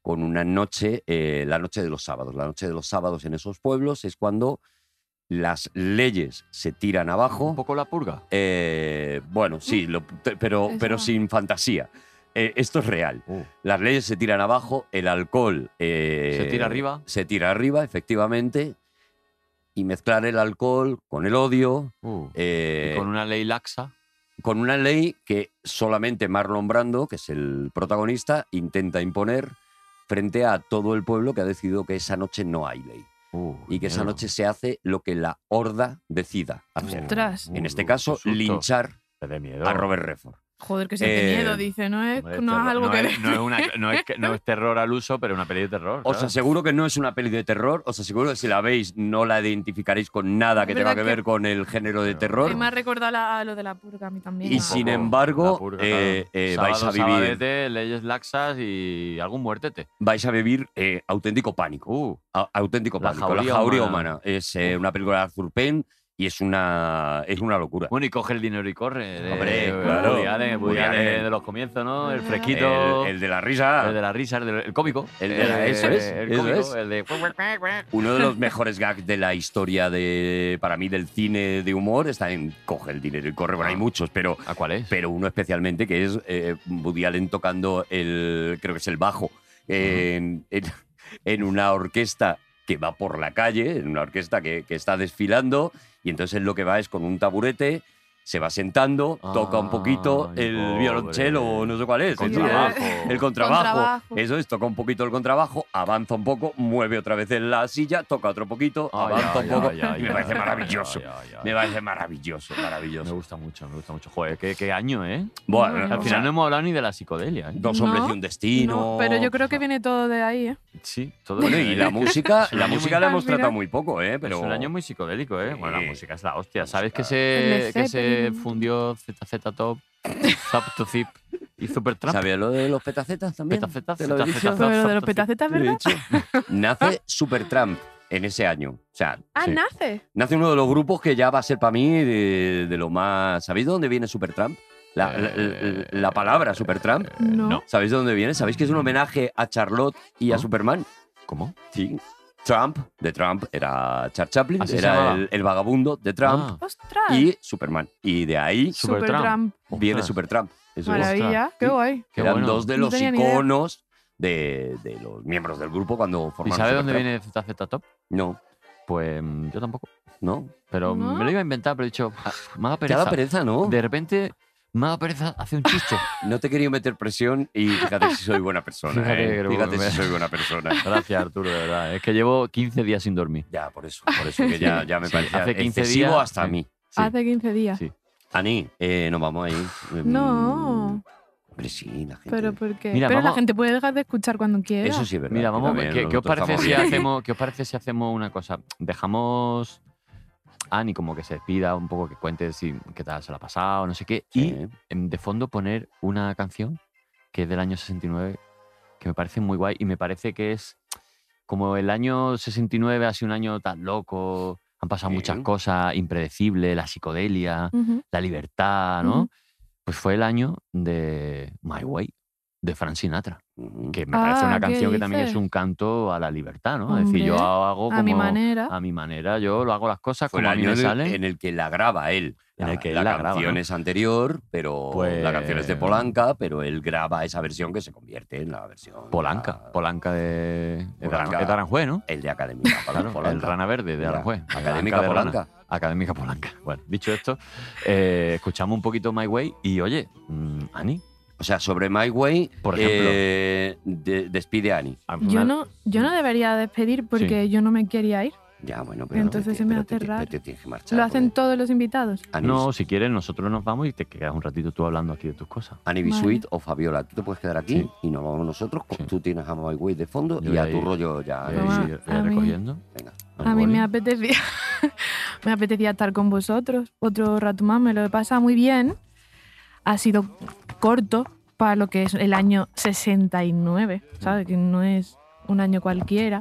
con una noche, eh, la noche de los sábados. La noche de los sábados en esos pueblos es cuando las leyes se tiran abajo. Un poco la purga. Eh, bueno, sí, lo- te- pero, Eso. pero sin fantasía. Eh, esto es real. Uh. Las leyes se tiran abajo, el alcohol... eh, ¿Se tira arriba? Se tira arriba, efectivamente. Y mezclar el alcohol con el odio, Uh. eh, Y con una ley laxa. con una ley que solamente Marlon Brando, que es el protagonista, intenta imponer frente a todo el pueblo que ha decidido que esa noche no hay ley. Uh, Y que esa miedo. noche se hace lo que la horda decida hacer. Ostras. En Uh, este qué caso, susto. linchar Es de miedo. a Robert Redford. Joder, que se Eh, miedo, dice. No es, Hombre, no es terror- algo no que... es, no es una- no es que- no es terror al uso, pero una peli de terror. Os claro. aseguro que no es una peli de terror, os aseguro que si la veis no la identificaréis con nada que Es tenga verdad que que- ver con el género de Pero- terror. Y me ha recordado la- a lo de la purga a mí también. Y a- sin poco. embargo, La purga, eh, claro. eh, vais a Sábado, vivir, sabadete, leyes laxas y algún muertete. vais a vivir eh, auténtico pánico. Uh, A- auténtico La pánico. La jauría jauría humana. humana. Es eh, Uf. una película de Arthur Penn y es una, es una locura. bueno, y coge el dinero y corre. de- Hombre, de claro. Woody Allen, Woody Woody Allen Allen. de los comienzos, ¿no? El El- fresquito. El, el de la risa. el de la risa, el, de- el cómico. El de la- eso es, El eso cómico, es. el de... Uno de los mejores gags de la historia de, para mí, del cine de humor está en coge el dinero y corre. Bueno, hay Ah. muchos, pero, ¿A cuál es? pero uno especialmente que es eh, Woody Allen tocando el, creo que es el bajo, en, en- en una orquesta que va por la calle, en una orquesta que, que está desfilando, y entonces él lo que va es con un taburete, se va sentando, toca un poquito Ay, el pobre. violonchelo o no sé cuál es. Contrabajo. El contrabajo. Contrabajo. Eso es, toca un poquito el contrabajo, avanza un poco, mueve otra vez en la silla, toca otro poquito, Ay, avanza ay, un poco. ay, ay, y me ay, parece ay, maravilloso. ay, ay, ay. Me parece maravilloso, Me maravilloso. gusta mucho, me gusta mucho. Joder, qué, qué año, ¿eh? Bueno, No, Al o final sea, no hemos hablado ni de la psicodelia, ¿eh? dos No, hombres y un destino. No, pero yo creo que viene todo de ahí, ¿eh? Sí, todo Bueno, bien. y la música, Es un la año música muy- la hemos Ah, mira. tratado muy poco, ¿eh? Pero Es un año muy psicodélico, ¿eh? Bueno, la Sí. música es la hostia. La ¿Sabes que música. se, El que se Zeppelin. fundió Z Z Top, Zap to Zip y Supertramp? ¿sabías lo de los petacetas también? Petacetas, ¿Te lo he petacetas, dicho? Pero lo de los Zap to Zip. petacetas, Te lo he ¿verdad? dicho. Nace Supertramp en ese año. O sea, Ah, Sí. nace. nace uno de los grupos que ya va a ser para mí de, de lo más... ¿Sabéis de dónde viene Supertramp? La, la- la- la palabra Supertramp. No. no. ¿Sabéis de dónde viene? ¿Sabéis que es un homenaje a Charlotte y a ¿No? Superman? ¿Cómo? Sí. Trump, de Trump, era Charles Chaplin, ¿Así se era llamaba? el, el vagabundo de Trump Ah, ¡Ostras! y Superman. Y de ahí Supertramp. Supertramp. viene ostras, Supertramp. Eso es. Maravilla, qué Sí. guay. qué Eran bueno. dos de No los tenía ni idea. iconos de, de los miembros del grupo cuando ¿Y formaron sabes dónde Supertramp. viene Z Z Top? No, Pues mm, yo tampoco. no. Pero ¿No? me lo iba a inventar, pero he dicho, ah, me ha dado Te da pereza. pereza, ¿no? De repente me ha dado pereza hacer un chiste. No te he querido meter presión y fíjate si soy buena persona. Fíjate ¿eh? que Fíjate me- si soy buena persona. Gracias, Arturo, de verdad. Es que llevo quince días sin dormir. Ya, por eso, por eso que ya, ya me Sí, parece hace quince excesivo días, hasta a sí. mí. Sí. Hace quince días. Sí. Ani, eh, nos vamos a ir. No. Hombre, sí, la gente. Pero porque. Mira, pero la vamos- gente puede dejar de escuchar cuando quiera. Eso sí es verdad. Mira, que vamos, también ¿qué, qué os nosotros parece estamos si bien. hacemos, ¿qué os parece si hacemos una cosa? Dejamos a Ani como que se despida un poco, que cuente si, qué tal se la ha pasado, no sé qué. Sí. Y em, de fondo poner una canción que es del año sesenta y nueve, que me parece muy guay y me parece que es como el año sesenta y nueve ha sido un año tan loco, han pasado Sí. muchas cosas impredecibles, la psicodelia, Ujú. la libertad, ¿no? Ujú. Pues fue el año de My Way, de Frank Sinatra, Ujú. que me parece Ah, una ¿qué canción que también es dices? un canto a la libertad, ¿no? Es decir, yo Hombre, hago como a mi manera. a mi manera, yo lo hago las cosas Fue el como a mí año me en el, salen. en el que la graba él. En La- el que él la, la graba, canción ¿no? es anterior, pero Pues- la canción es de Polanca, pero él graba esa versión que se convierte en la versión. Polanca, la- Polanca de, es de Polanca. Aran- es de Aranjuez, ¿no? El de Académica Claro, Polanca. el Rana Verde de Ya, Aranjuez. Académica de Rana. Polanca. Académica Polanca. Bueno, dicho esto, eh, escuchamos un poquito My Way y oye, mm, Ani, O sea, sobre My Way, Por ejemplo. eh, de- despide a Ani. Yo no, yo no debería despedir porque yo no me quería ir. Ya, bueno, pero Entonces te- se me pero hace te- raro. pero te tienes que marchar. Lo hacen porque todos los invitados. Ani, No, si quieres, nosotros nos vamos y te quedas un ratito tú hablando aquí de tus cosas. Ani Vale. Bisuit o Fabiola, tú te puedes quedar aquí Sí. y nos vamos nosotros. Sí. Tú tienes a My Way de fondo Yo y a voy a tu ir- rollo ya. Voy no Toma. a sé. ir- voy a a ir mí- recogiendo. Venga. A mí boli. me apetecía, me apetecía estar con vosotros otro rato más. Me lo he pasado muy bien. Ha sido corto para lo que es el año sesenta y nueve, ¿sabes? Que no es un año cualquiera.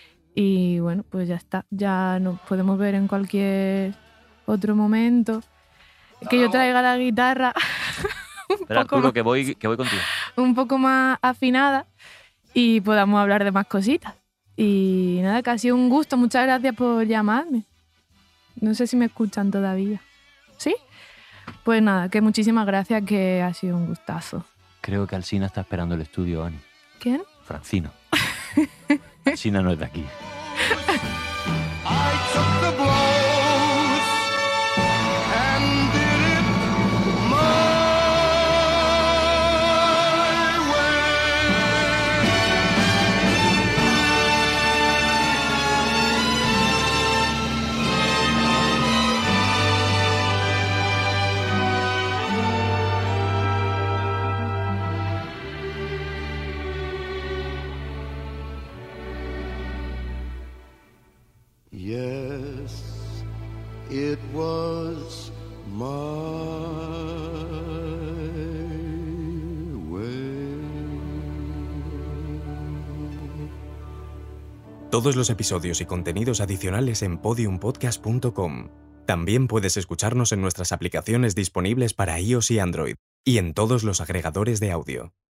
Y bueno, pues ya está. Ya nos podemos ver en cualquier otro momento. Que yo traiga la guitarra un, Espera, poco Arturo, más, que voy, que voy contigo. un poco más afinada. y podamos hablar de más cositas. Y nada, que ha sido un gusto. Muchas gracias por llamarme. No sé si me escuchan todavía. ¿Sí? Pues nada, que muchísimas gracias, que ha sido un gustazo. Creo que Alsina está esperando el estudio, Ani. ¿Quién? Francino. Alsina no es de aquí. I took the blows and did it my Yes, it was my way. Todos los episodios y contenidos adicionales en podium podcast punto com. También puedes escucharnos en nuestras aplicaciones disponibles para iOS y Android, y en todos los agregadores de audio.